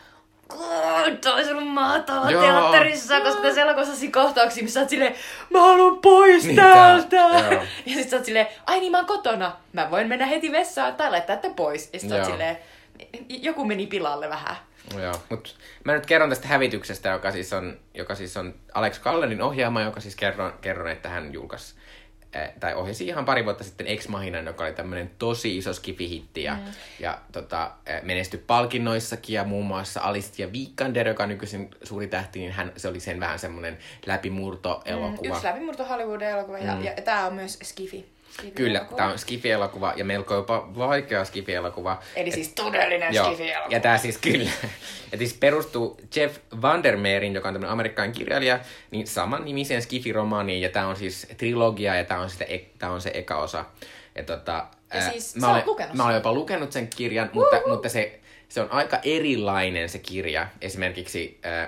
toi on ollut mahtava teatterissa, koska tässä elokuvassa on kohtauksia, missä sä oot silleen, mä haluan pois niin, täältä. Tää, ja sit sä oot silleen, ai niin mä oon kotona, mä voin mennä heti vessaan tai laittaa tätä pois. Ja sit sä oot silleen, joku meni pilalle vähän. Joo, mut mä nyt kerron tästä hävityksestä, joka siis on, joka siis on Alex Gallerin ohjaama, joka siis kerron, kerron että hän julkaisi tai ohjasi ihan pari vuotta sitten Ex Machinan, joka oli tämmönen tosi iso skifi-hitti ja, mm. ja tota, menestyi palkinnoissakin ja muun muassa Alicia Vikander, joka on nykyisin suuri tähti, niin hän, se oli sen vähän semmonen läpimurto-elokuva. Mm, yksi läpimurto Hollywood-elokuva mm. ja, ja tää on myös skifi. Kyllä, tämä on skifi-elokuva ja melko jopa vaikea skifi-elokuva. Eli et, siis todellinen joo, skifi-elokuva. Ja tämä siis kyllä. Ja siis perustuu Jeff Vandermeerin, joka on tämmöinen amerikkalainen kirjailija, niin saman nimiseen skifi-romaaniin. Ja tämä on siis trilogia ja tämä on, sitä, tää on se eka osa. Ja, tota, ja ää, siis mä, olen, mä olen jopa lukenut sen kirjan, Uhuhu. mutta, mutta se, se on aika erilainen se kirja. Esimerkiksi, ää,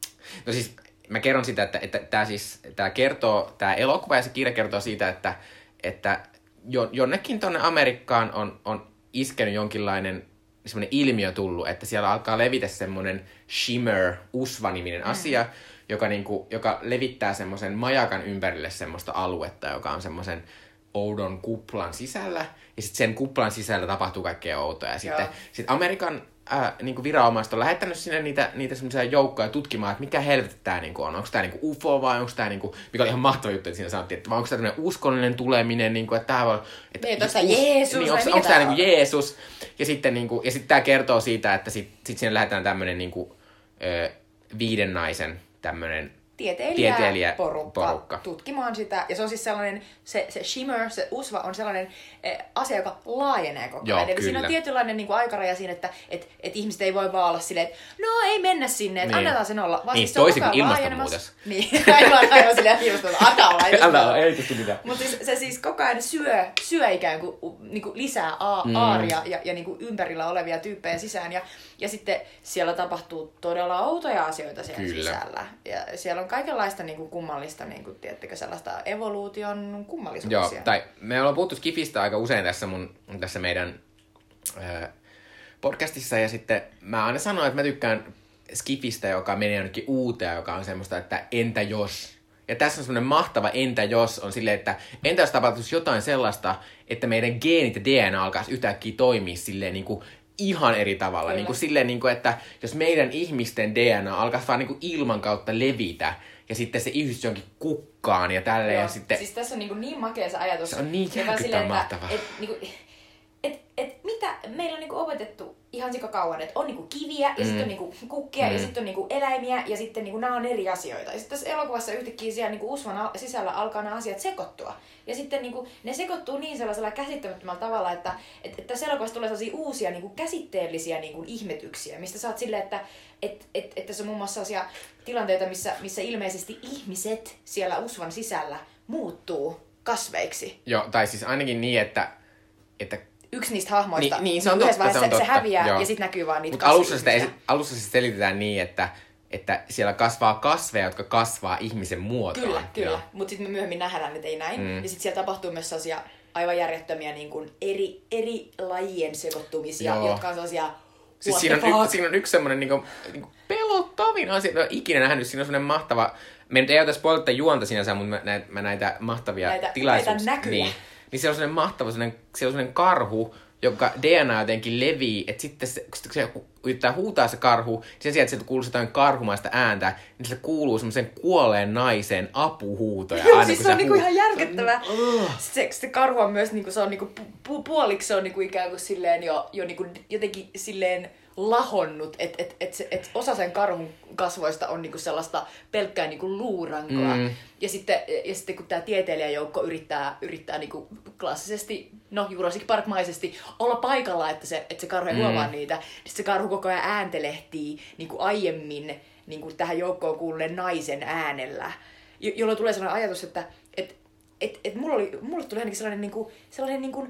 no siis mä kerron sitä, että, että tämä siis, tää kertoo, tämä elokuva ja se kirja kertoo siitä, että että jonnekin tuonne Amerikkaan on, on iskenyt jonkinlainen semmoinen ilmiö tullut, että siellä alkaa levitä semmoinen shimmer, usva-niminen mm. asia, joka, niinku, joka levittää semmoisen majakan ympärille semmoista aluetta, joka on semmoisen oudon kuplan sisällä. Ja sitten sen kuplan sisällä tapahtuu kaikkea outoa. Ja sitten sit Amerikan ää, niinku viranomaiset on lähettänyt sinne niitä, niitä semmoisia joukkoja tutkimaan, että mikä helvetti tää niinku on. Onko tää niinku U F O vai onko tää niinku, mikä oli ihan mahtava juttu, että siinä sanottiin, että onko tää tämmöinen uskollinen tuleminen, niinku, että tää voi... Että, niin, onko tää Jeesus niin, onko, onko tää niinku Jeesus? Ja sitten niinku, ja sitten tää kertoo siitä, että sit, sit sinne lähetetään tämmönen niinku, ö, viiden naisen tämmönen Tieteilijä, tieteilijä porukka, porukka tutkimaan sitä. Ja se on siis sellainen, se, se shimmer, se usva on sellainen eh, asia, joka laajenee koko ajan. Eli kyllä. Siinä on tietynlainen niin kuin aikaraja siinä, että et, et ihmiset ei voi vaan olla silleen, että no ei mennä sinne, että niin. annetaan sen olla. Vaan niin, siis toisin kuin ilmastonmuutos. Niin, aivan, aivan silleen ilmastonmuutos. Anna olla ilmastonmuutos. Ei tietysti mitään. Mutta siis, se siis koko ajan syö, syö ikään kuin, niin kuin lisää a- mm. aaria ja, ja niin kuin ympärillä olevia tyyppejä sisään. Ja, ja sitten siellä tapahtuu todella outoja asioita siellä kyllä. sisällä. Ja siellä on kaikenlaista niin kuin kummallista, niin kuin, tiedättekö, sellaista evoluution kummallisuuksia. Joo, tai me ollaan puhuttu skifistä aika usein tässä, mun, tässä meidän ää, podcastissa, ja sitten mä aina sanon, että mä tykkään skifistä, joka menee jonnekin uuteen, joka on semmoista, että entä jos... Ja tässä on semmoinen mahtava entä jos, on silleen, että entä jos tapahtuisi jotain sellaista, että meidän geenit ja D N A alkaisi yhtäkkiä toimia silleen niin kuin ihan eri tavalla. Niin kuin silleen, niin kuin, että jos meidän ihmisten D N A alkaisi vaan niin kuin ilman kautta levitä, ja sitten se yhdistys jonkin kukkaan ja tälleen. Joo, ja sitten... Siis tässä on niin, niin makea se ajatus. Se on niin järkyttävän mahtava. Et, niin et, et, mitä meillä on niin opetettu ihan sika kauan, että on niin kiviä ja mm. sitten on niin kukkia mm. ja sitten on niin eläimiä ja sitten niin nämä on eri asioita. Ja sitten tässä elokuvassa yhtäkkiä siellä niin usvan sisällä alkaa nämä asiat sekoittua. Ja sitten niin ne sekoittuu niin sellaisella käsittämättömällä tavalla, että et, et tässä elokuvassa tulee sellaisia uusia niin käsitteellisiä niin ihmetyksiä, mistä sä oot silleen, että et, et, et tässä on muun muassa sellaisia tilanteita, missä, missä ilmeisesti ihmiset siellä usvan sisällä muuttuu kasveiksi. Joo, tai siis ainakin niin, että... että yksi niistä hahmoista. Niin, niin se on totta, se on totta. Se häviää joo. ja sitten näkyy vaan niitä kasvia. Alussa sitä, alussa se selitetään niin, että, että siellä kasvaa kasveja, jotka kasvaa ihmisen muotoon. Kyllä, kyllä. Mutta sitten me myöhemmin nähdään, että ei näin. Mm. Ja sitten siellä tapahtuu myös sellaisia aivan järjettömiä niin kuin eri, eri lajien sekoittumisia, joo. jotka on sellaisia... Siis siinä on, y, siinä on yksi semmoinen niin niin pelottavin asia, mä ikinä nähnyt, siinä on semmoinen mahtava, me nyt ei ota spoilata juonta sinänsä, mutta mä, näitä, mä näitä mahtavia näitä, tilaisuuksia. Näitä näkyjä. Niin, niin siellä on semmoinen mahtava, semmoinen, siellä on semmoinen karhu, joka D N A jotenkin levii, että sitten se, kun se yrittää huutaa se karhu, sen sijaan, että sieltä kuuluu jotain karhumaista ääntä, niin sille kuuluu semmoisen kuolleen naisen apuhuutoja. Joo, siis se on niinku ihan järkyttävää. Uh. Se, se karhu on myös, niinku, se on niinku pu, puoliksi se on niinku ikään kuin silleen jo, jo niinku, jotenkin silleen lahonnut, että et, et, et osa sen karhun kasvoista on niinku sellaista pelkkää niinku luurankoa. Mm. Ja, sitten, ja sitten kun tämä tieteilijäjoukko yrittää, yrittää niinku klassisesti, no Jurassic Park-maisesti olla paikalla, että se, että se karhu ei mm. huomaa niitä, niin se karhu koko ajan ääntelehtii niinku aiemmin niinku tähän joukkoon kuuluneen naisen äänellä, jo, jolloin tulee sellainen ajatus, että et, et, et mulla oli, mulle tuli ainakin sellainen, niinku, sellainen niinku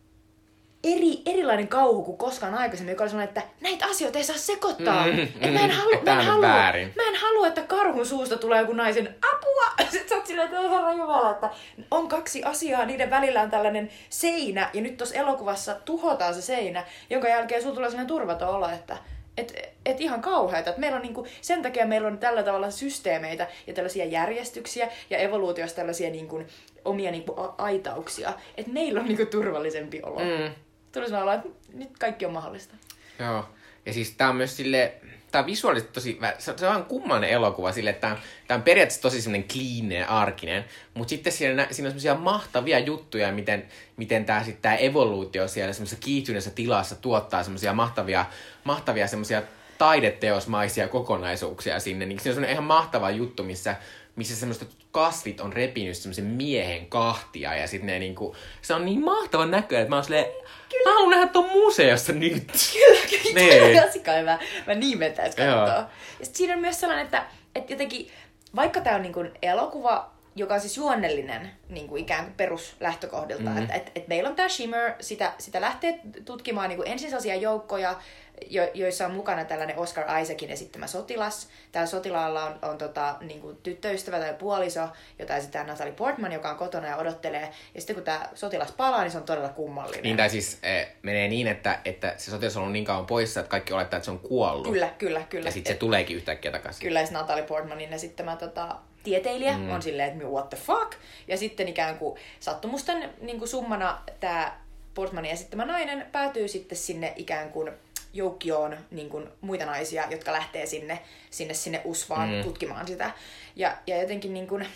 eri, erilainen kauhu kuin koskaan aikaisemmin, joka oli sellainen, että näitä asioita ei saa sekoittaa. Mm, että mm, mä en halua, mä en halua, mä en halua, että karhun suusta tulee joku naisen apua. Sitten sä oot silleen, että herra jumala, että on kaksi asiaa, niiden välillä on tällainen seinä, ja nyt tuossa elokuvassa tuhotaan se seinä, jonka jälkeen sulla tulee sellainen turvaton olo, että et, et ihan kauheata. Et meillä on niinku, sen takia meillä on tällä tavalla systeemeitä ja tällaisia järjestyksiä ja evoluutiossa tällaisia niinku, omia niinku, aitauksia, että meillä on niinku, turvallisempi olo. Mm. Tulisi olla, että nyt kaikki on mahdollista. Joo. Ja siis tää on myös sille, tää on visuaalisesti tosi, se on vähän kummallinen elokuva sille, että tää on, tää on periaatteessa tosi semmonen kliininen ja arkinen, mutta sitten siinä, siinä on semmosia mahtavia juttuja, miten, miten tää sit tää evoluutio siellä semmoisessa kiihtyneessä tilassa tuottaa semmosia mahtavia, mahtavia semmosia taideteosmaisia kokonaisuuksia sinne. Niin se on semmoinen ihan mahtava juttu, missä missä semmoista kasvit on repinyt semmoisen miehen kahtia ja sit ne niinku, se on niin mahtavan näköinen, että mä oon silleen, kyllä. Mä haluan nähdä ton museossa nyt. Kyllä, kyllä, nee. Tosi kai mä, mä niin mentäis katsoa. Ja sit siinä on myös sellainen, että, että jotenkin, vaikka tää on niinku elokuva, joka on siis juonnellinen niin kuin ikään kuin peruslähtökohdilta, mm-hmm. että et, et meillä on tää Shimmer, sitä, sitä lähtee tutkimaan niin kuin ensin sellaisia joukkoja, jo, joissa on mukana tällainen Oscar Isaacin esittämä sotilas. Tällä sotilaalla on, on tota, niin kuin tyttöystävä tai puoliso, jota esittää Natalie Portman, joka on kotona ja odottelee. Ja sitten kun tämä sotilas palaa, niin se on todella kummallinen. Niin, tai siis eh, menee niin, että, että se sotilas on ollut niin kauan poissa, että kaikki olettaa, että se on kuollut. Kyllä, kyllä, kyllä. Ja sitten se tuleekin yhtäkkiä takaisin. Kyllä, ja Natalie Portmanin esittämä tota, tieteilijä mm. on silleen, että what the fuck? Ja sitten ikään kuin sattumusten niin kuin summana tämä Portmanin esittämä nainen päätyy sitten sinne ikään kuin joukkioon niin kuin muita naisia, jotka lähtee sinne, sinne, sinne usvaan mm. tutkimaan sitä. Ja, ja jotenkin niin kuin,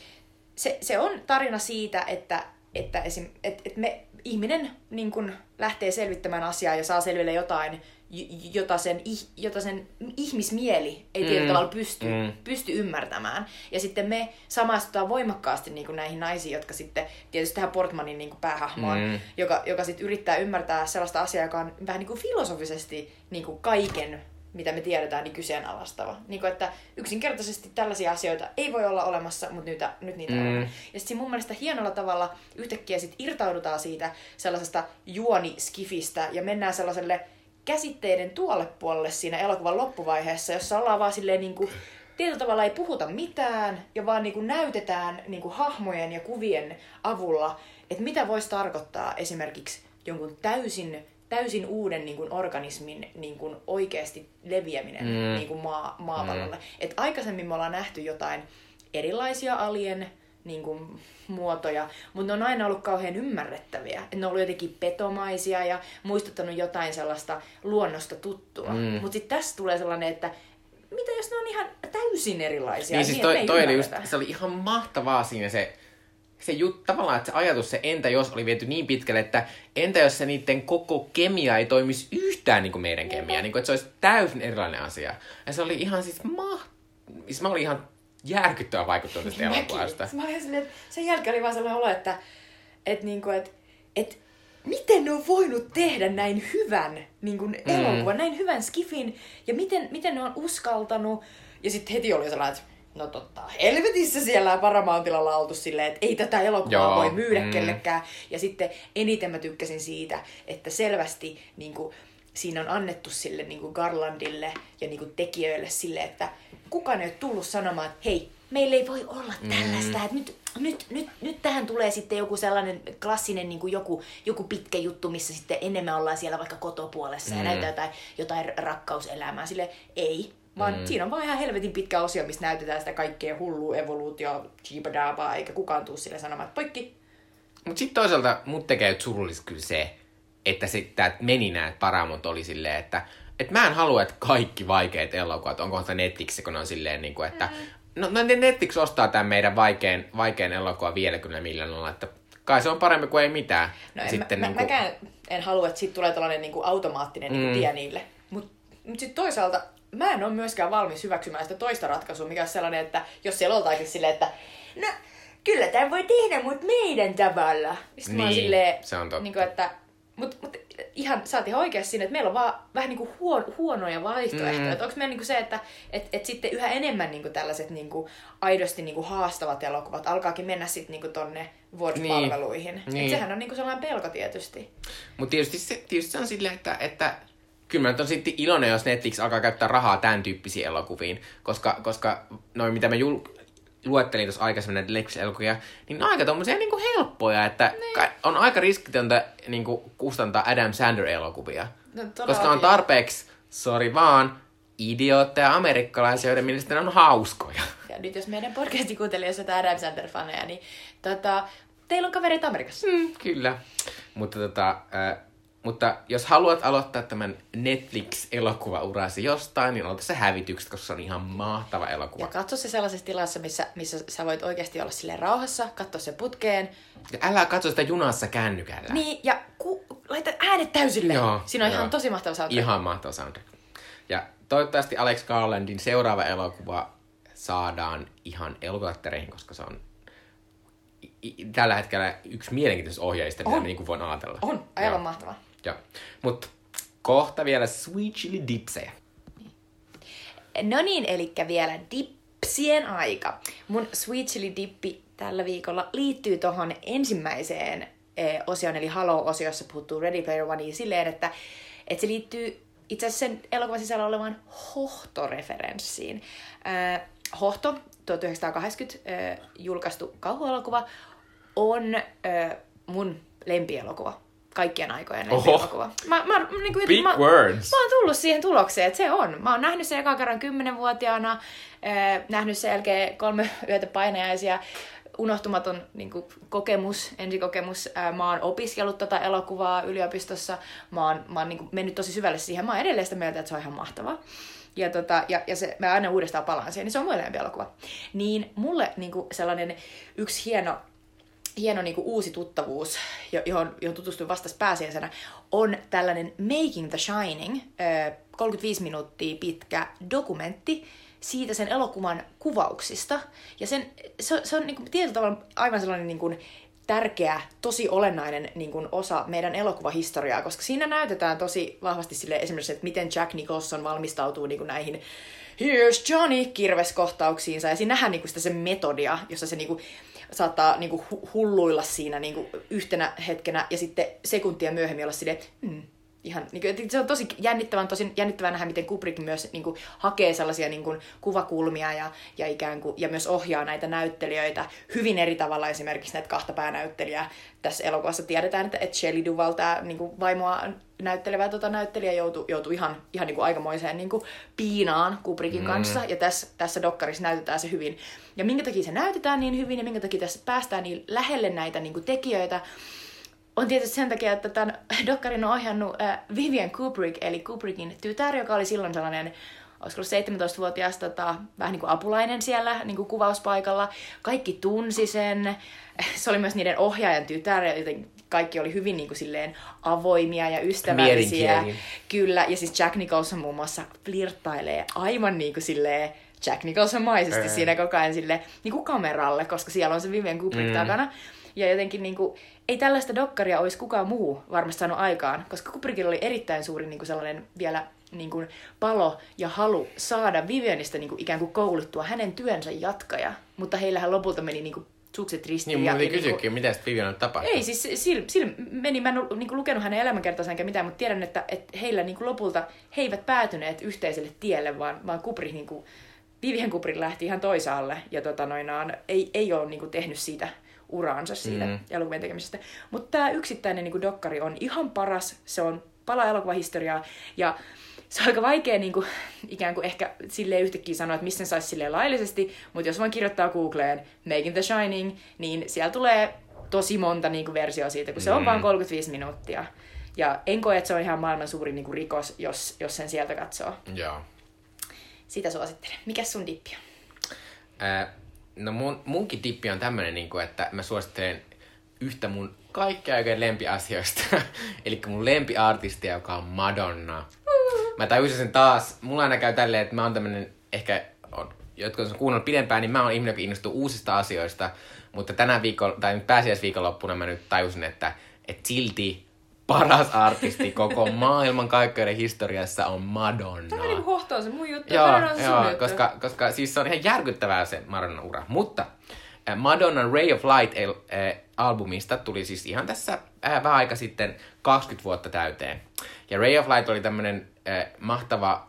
se, se on tarina siitä, että, että esim, et, et me, ihminen niin kuin lähtee selvittämään asiaa ja saa selville jotain, jota sen, jota sen ihmismieli ei tietyllä mm. tavalla pysty, mm. pysty ymmärtämään. Ja sitten me samaistutaan voimakkaasti niin kuin näihin naisiin, jotka sitten, tietysti tähän Portmanin niin kuin päähahmoon, mm. joka, joka sitten yrittää ymmärtää sellaista asiaa, joka on vähän niin kuin filosofisesti niin kuin kaiken, mitä me tiedetään, niin kyseenalaistava. Niin kuin, että yksinkertaisesti tällaisia asioita ei voi olla olemassa, mutta nyt, nyt niitä mm. on. Ja sitten mun mielestä hienolla tavalla yhtäkkiä sit irtaudutaan siitä sellaisesta juoniskifistä ja mennään sellaiselle käsitteiden tuolle puolelle siinä elokuvan loppuvaiheessa, jossa ollaan vaan silleen niin kuin, tietyllä tavalla ei puhuta mitään ja vaan niin kuin näytetään niin kuin hahmojen ja kuvien avulla, että mitä voisi tarkoittaa esimerkiksi jonkun täysin, täysin uuden niin kuin organismin niin kuin oikeasti leviäminen mm. niin kuin maa, maapallolle. Mm. Et aikaisemmin me ollaan nähty jotain erilaisia alien niin kuin, muotoja, mutta ne on aina ollut kauhean ymmärrettäviä. Et ne on ollut jotenkin petomaisia ja muistuttanut jotain sellaista luonnosta tuttua. Mm. Mutta sitten tässä tulee sellainen, että mitä jos ne on ihan täysin erilaisia? Niin siis toi, toi oli just, se oli ihan mahtavaa siinä se, se jut, tavallaan, että se ajatus, se entä jos oli viety niin pitkälle, että entä jos se niiden koko kemia ei toimisi yhtään niin kuin meidän kemia, niin kuin, että se olisi täysin erilainen asia. Ja se oli ihan siis mahtavaa. Siis mä olin ihan järkyttävää vaikuttua tästä elokuvasta. Mä olin silleen, että sen jälkeen oli vaan sellainen olo, että, että, niinku, että, että miten ne on voinut tehdä näin hyvän niin kuin mm. elokuvan, näin hyvän skifin, ja miten, miten ne on uskaltanut. Ja sitten heti oli sellainen, että no totta, helvetissä siellä Paramountilla oltu silleen, että ei tätä elokuvaa Joo. voi myydä mm. kellekään. Ja sitten eniten mä tykkäsin siitä, että selvästi niin kuin, siinä on annettu sille niin kuin Garlandille ja niin kuin tekijöille sille, että kukaan ei ole tullut sanomaan, että hei, meillä ei voi olla tällaista, mm. että nyt, nyt, nyt, nyt tähän tulee sitten joku sellainen klassinen niin kuin joku, joku pitkä juttu, missä sitten enemmän ollaan siellä vaikka kotopuolessa mm. ja näytetään jotain, jotain rakkauselämää. Sille ei, vaan mm. siinä on vaan ihan helvetin pitkä osio, missä näytetään sitä kaikkea hullua evoluutio, jeebadaabaa, eikä kukaan tuu sille sanomaan, että poikki. Mut sit toisaalta mut tekee surullista kyllä se, että sitten meni näet Paramount oli silleen, että et mä en halua, että kaikki vaikeat elokuvat, onko se Netflix, kun on silleen, niin kuin, että mm. no, no Netflix ostaa tämän meidän vaikean, vaikean elokuvan viidelläkymmenellä miljoonalla, että kai se on parempi kuin ei mitään. No en, sitten, mä, niin mä, kuin... mäkään en halua, että siitä tulee tällainen niin kuin automaattinen mm. niin kuin tie niille. Mutta mut sit toisaalta mä en ole myöskään valmis hyväksymään sitä toista ratkaisua, mikä on sellainen, että jos siellä oltaisiin silleen, että no, kyllä tämän voi tehdä, mutta meidän tavalla. Sitten niin, mä oon silleen, se on totta. Niin kuin, että Mutta mut ihan, sä oot ihan oikeassa siinä, että meillä on vaan vähän niinku huon, huonoja vaihtoehtoja. Mm. Onko meillä niinku se, että et, et sitten yhä enemmän niinku tällaiset niinku aidosti niinku haastavat elokuvat alkaakin mennä sitten niinku tonne Watch-palveluihin. Niin. Niin. Et sehän on niinku sellainen pelko tietysti. Mutta tietysti se, tietysti se on silleen, että, että kyllä mä nyt on sitten iloinen, jos Netflix alkaa käyttää rahaa tämän tyyppisiin elokuviin. Koska, koska noin mitä mä jul... luettelin tuossa aikaisemmin näitä Netflix-elokuvia, niin ne on aika tommosia niinku helppoja, että niin. on aika riskitöntä niinku kustantaa Adam Sandler-elokuvia. No, koska on tarpeeksi, sori vaan, idiootteja amerikkalaisia, joiden mielestä ne on hauskoja. Ja nyt jos meidän podcastin kuuntelijoissa on Adam Sandler-faneja, niin tota, teillä on kavereita Amerikassa. Mm, kyllä. Mutta tota... Äh, Mutta jos haluat aloittaa tämän Netflix-elokuvaurasi jostain, niin aloita se Hävitykset, koska se on ihan mahtava elokuva. Ja katso se sellaisessa tilassa, missä, missä sä voit oikeasti olla silleen rauhassa, katso se putkeen. Ja älä katso sitä junassa kännykällä. Niin, ja ku, laita äänet täysille. Joo, Siinä on joo. ihan tosi mahtava soundtrack. Ihan mahtava soundtrack. Ja toivottavasti Alex Garlandin seuraava elokuva saadaan ihan elokuvattereihin, koska se on i- i- tällä hetkellä yksi mielenkiintoisista ohjaajista, mitä niin kuin voin ajatella. On, aivan mahtava. Joo. Mutta kohta vielä Sweet Chili Dipsejä. No niin, eli vielä dipsien aika. Mun Sweet Chili Dippi tällä viikolla liittyy tohon ensimmäiseen eh, osioon, eli Halo-osiossa puhuttuu Ready Player Oneen silleen, että, että se liittyy itse asiassa sen elokuvan sisällä olevaan Hohto-referenssiin. Äh, Hohto, tuhatyhdeksänsataakahdeksankymmentä äh, julkaistu kauhuelokuva, on äh, mun lempielokuva. Kaikkien aikojen lempielokuva. Mä, mä, niin kuin, Big mä, words. Mä oon tullut siihen tulokseen, että se on. Mä oon nähnyt sen ekan kerran kymmenenvuotiaana, äh, nähnyt sen jälkeen kolme yötä painajaisia, unohtumaton niin kuin, kokemus, ensikokemus. Äh, mä oon opiskellut tätä elokuvaa yliopistossa. Mä oon, mä oon niin kuin, mennyt tosi syvälle siihen. Mä oon edelleen sitä mieltä, että se on ihan mahtavaa. Ja, tota, ja, ja se, mä aina uudestaan palaan siihen, niin se on mun lempielokuva. Niin mulle niin kuin, sellainen yksi hieno hieno niin kuin uusi tuttavuus, johon, johon tutustuin vasta pääsiäisenä, on tällainen Making the Shining, kolmekymmentäviisi minuuttia pitkä dokumentti siitä sen elokuvan kuvauksista. Ja sen, se, se on niin kuin tietyllä tavalla aivan sellainen niin kuin tärkeä, tosi olennainen niin kuin osa meidän elokuvahistoriaa, koska siinä näytetään tosi vahvasti sille esimerkiksi, että miten Jack Nicholson valmistautuu niin kuin näihin Here's Johnny -kirveskohtauksiinsa, ja siinä nähdään niin kuin sitä sen metodia, jossa se niin kuin saattaa niinku hulluilla siinä niinku yhtenä hetkenä ja sitten sekuntia myöhemmin olla silleen, hmm, ihan, niinku, se on tosi jännittävän, tosi jännittävää nähdä, miten Kubrick myös niinku, hakee sellaisia niinku, kuvakulmia ja, ja, ikään kuin, ja myös ohjaa näitä näyttelijöitä hyvin eri tavalla, esimerkiksi näitä kahta päänäyttelijää. Tässä elokuvassa tiedetään, että, että Shelley Duvall, tämä niinku, vaimoa näyttelevä tota, näyttelijä, joutui, joutui ihan, ihan niinku, aikamoiseen niinku, piinaan Kubrickin mm. kanssa, ja tässä, tässä dokkarissa näytetään se hyvin. Ja minkä takia se näytetään niin hyvin, ja minkä takia tässä päästään niin lähelle näitä niinku, tekijöitä, on tietysti sen takia, että tämän dokkarin on ohjannut äh, Vivian Kubrick, eli Kubrickin tytär, joka oli silloin sellainen, olisiko ollut seitsemäntoistavuotias tota, vähän niin kuin apulainen siellä niin kuin kuvauspaikalla. Kaikki tunsi sen. Se oli myös niiden ohjaajan tytär, joten kaikki oli hyvin niin kuin silleen avoimia ja ystävällisiä. Kyllä, ja siis Jack Nicholson muun muassa flirttailee aivan niin kuin silleen Jack Nicholson-maisesti mm. siinä koko ajan silleen, niin kuin kameralle, koska siellä on se Vivian Kubrick mm. takana. Ja jotenkin niin kuin, ei tällaista dokkaria olisi kukaan muu varmasti saanut aikaan, koska Kubrickilla oli erittäin suuri niin kuin sellainen vielä niin kuin palo ja halu saada Vivianista niin kuin ikään kuin kouluttua hänen työnsä jatkaja, mutta heillähän lopulta meni niin kuin sukset ristiin. Niin, ja, mutta ja kysykin, niin mitä sitten Vivian on tapahtunut? Ei, siis sillä sil meni, mä en ole niin kuin lukenut hänen elämänkertansa enkä mitään, mutta tiedän, että, että heillä niin kuin lopulta, he eivät päätyneet yhteiselle tielle, vaan, vaan Kubrick, niin kuin, Vivian Kubrick lähti ihan toisaalle ja tota, noinaan, ei, ei ole niin kuin tehnyt siitä uraansa siitä mm. elokuvien tekemisestä. Mutta tämä yksittäinen niin dokkari on ihan paras, se on pala elokuvahistoriaa, ja se on aika vaikea niin kuin, ikään kuin ehkä silleen yhtäkkiä sanoa, että missä sen saisi silleen laillisesti, mutta jos vaan kirjoittaa Googleen Making the Shining, niin siellä tulee tosi monta niin kuin versioa siitä, kun se on mm. vaan kolmekymmentäviisi minuuttia. Ja en koe, että se on ihan maailman suurin niin kuin rikos, jos, jos sen sieltä katsoo. Joo. Sitä suosittelen. Mikäs sun dippi on? Äh, no mun, munkin dippi on tämmönen, niin kuin, että mä suosittelen yhtä mun kaikkea oikein lempiasioista. Eli mun lempiartistia, joka on Madonna. Mä tajusin sen taas. Mulla aina käy tälleen, että mä oon tämmönen, ehkä on, jotka on kuunnellut pidempään, niin mä oon ihminen, joka innostuu uusista asioista. Mutta tänä viikolla, tai nyt pääsiäisviikonloppuna mä nyt tajusin, että, että silti paras artisti koko maailman kaikkeuden historiassa on Madonna. Tämä niinku hohtaa se mun juttu. Joo, on se joo juttu. koska, koska siis se on ihan järkyttävää se Madonnan ura. Mutta äh, Madonnan Ray of Light-albumista tuli siis ihan tässä äh, vähän aika sitten kaksikymmentä vuotta täyteen. Ja Ray of Light oli tämmönen äh, mahtava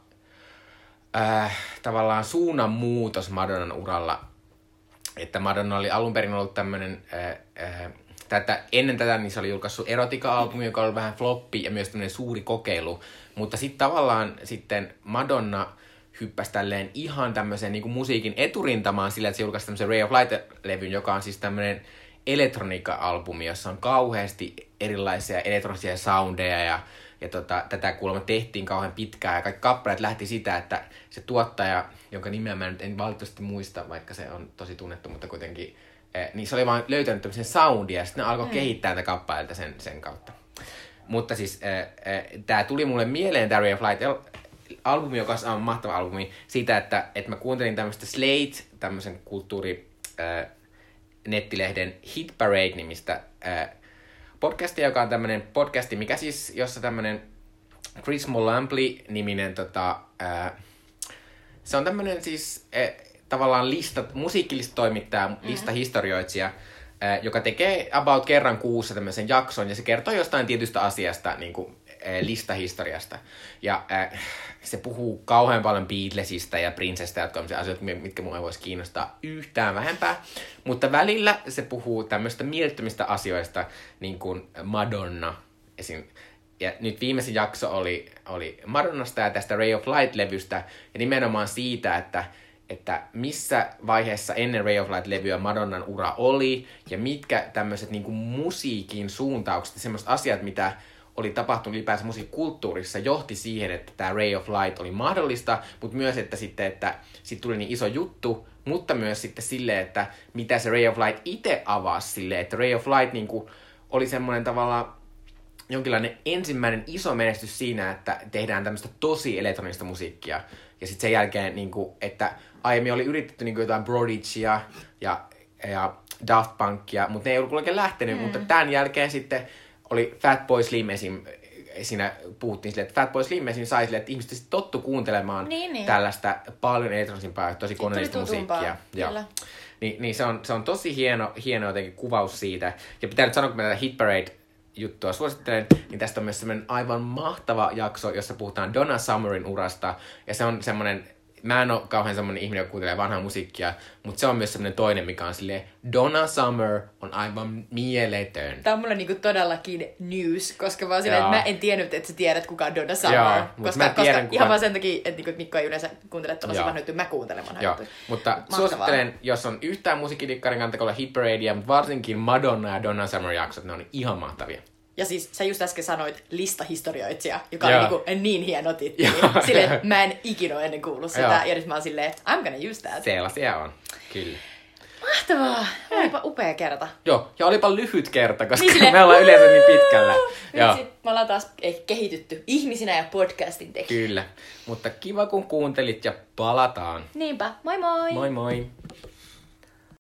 äh, tavallaan suunnanmuutos Madonnan uralla. Että Madonna oli alun perin ollut tämmönen... Äh, äh, Tätä, ennen tätä niin se oli julkaissut Erotica-albumi, joka oli vähän floppi ja myös tämmöinen suuri kokeilu. Mutta sitten tavallaan sitten Madonna hyppäsi tälleen ihan tämmöiseen niin kuin musiikin eturintamaan sillä, että se julkaisi tämmöisen Ray of Light-levyn, joka on siis tämmöinen elektroniikka-albumi, jossa on kauheasti erilaisia elektronisia soundeja ja, ja tota, tätä kuulemma tehtiin kauhean pitkään ja kaikki kappaleet lähti sitä, että se tuottaja, jonka nimeä mä nyt en valitettavasti muista, vaikka se on tosi tunnettu, mutta kuitenkin niin se oli vaan löytänyt tämmöisen soundia ja sitten ne alkoi mm. kehittää tätä kappaleita sen, sen kautta. Mutta siis äh, äh, tää tuli mulle mieleen, tää Ray of Light-albumi, joka on mahtava albumi, siitä, että, että mä kuuntelin tämmöistä Slate, tämmöisen kulttuuri äh, nettilehden Hit Parade-nimistä äh, podcastia, joka on tämmöinen podcasti, mikä siis, jossa tämmöinen Chris Molampley-niminen tota, äh, se on tämmöinen siis... Äh, tavallaan lista, musiikkilistoimittaja, mm-hmm. listahistorioitsija, äh, joka tekee about kerran kuussa tämmöisen jakson, ja se kertoo jostain tietystä asiasta, niin kuin äh, listahistoriasta. Ja äh, se puhuu kauhean paljon Beatlesista ja Princesta, jotka on asioita, mitkä mua ei voisi kiinnostaa yhtään vähempää. Mutta välillä se puhuu tämmöistä mielettömistä asioista, niin kuin Madonna esim. Ja nyt viimeisin jakso oli, oli Madonnasta ja tästä Ray of Light-levystä, ja nimenomaan siitä, että että missä vaiheessa ennen Ray of Light-levyä Madonnan ura oli, ja mitkä tämmöiset niinku musiikin suuntaukset ja semmoiset asiat, mitä oli tapahtunut ylipäänsä musiikkikulttuurissa, johti siihen, että tämä Ray of Light oli mahdollista, mutta myös, että sitten, että sit tuli niin iso juttu, mutta myös sitten silleen, että mitä se Ray of Light itse avasi silleen, että Ray of Light niinku oli semmoinen tavallaan jonkinlainen ensimmäinen iso menestys siinä, että tehdään tämmöistä tosi elektronista musiikkia. Ja sitten sen jälkeen, niin kuin, että aiemmin oli yritetty niin kuin jotain Prodigea ja, ja Daft Punkia, mutta ne ei ollut oikein lähtenyt. Mm. Mutta tämän jälkeen sitten oli Fatboy Slim esim. Siinä puhuttiin silleen, että Fatboy Slim esim. Sai silleen, että ihmiset sitten tottu kuuntelemaan niin, niin. tällaista paljon elektronisimpaa ja tosi koneellista musiikkia. Ja, niin, niin se, on, se on tosi hieno, hieno jotenkin kuvaus siitä. Ja pitää nyt sanoa, kun mä tätä Hit Parade juttua suosittelen, niin tästä on myös semmoinen aivan mahtava jakso, jossa puhutaan Donna Summerin urasta. Ja se on semmoinen, mä en ole kauhean semmoinen ihminen, joka kuuntelee vanhaa musiikkia, mutta se on myös semmoinen toinen, mikä on silleen, Donna Summer on aivan mieletön. Tää on mulle niinku todellakin news, koska vaan silleen, että mä en tiennyt, että sä tiedät, kuka on Donna Summer. Joo, koska, koska tiedän, kuka... ihan vaan sen takia, että niinku Mikko ei yleensä kuuntele tollaisia vanhoja juttuja, mä kuuntelen vanhoja juttuja. Mutta mahtavaa. Suosittelen, jos on yhtään musiikkidikkarin kantakolla Hit Paradea, mutta varsinkin Madonna ja Donna Summer jaksot, ne on ihan mahtavia. Ja siis sä just äsken sanoit listahistorioitsija, joka on niinku niin hieno titteli. Silleen, mä en ikinä ole ennen kuullut sitä. Joo. Ja nyt mä oon silleen, I'm gonna use that. Sellaisia on, kyllä. Mahtavaa. Olipa upea kerta. Joo, ja olipa lyhyt kerta, koska niin me ollaan yleensä niin pitkällä. Nyt sit me ollaan taas kehitytty ihmisinä ja podcastin tekijä. Kyllä, mutta kiva kun kuuntelit ja palataan. Niinpä, moi moi! Moi moi!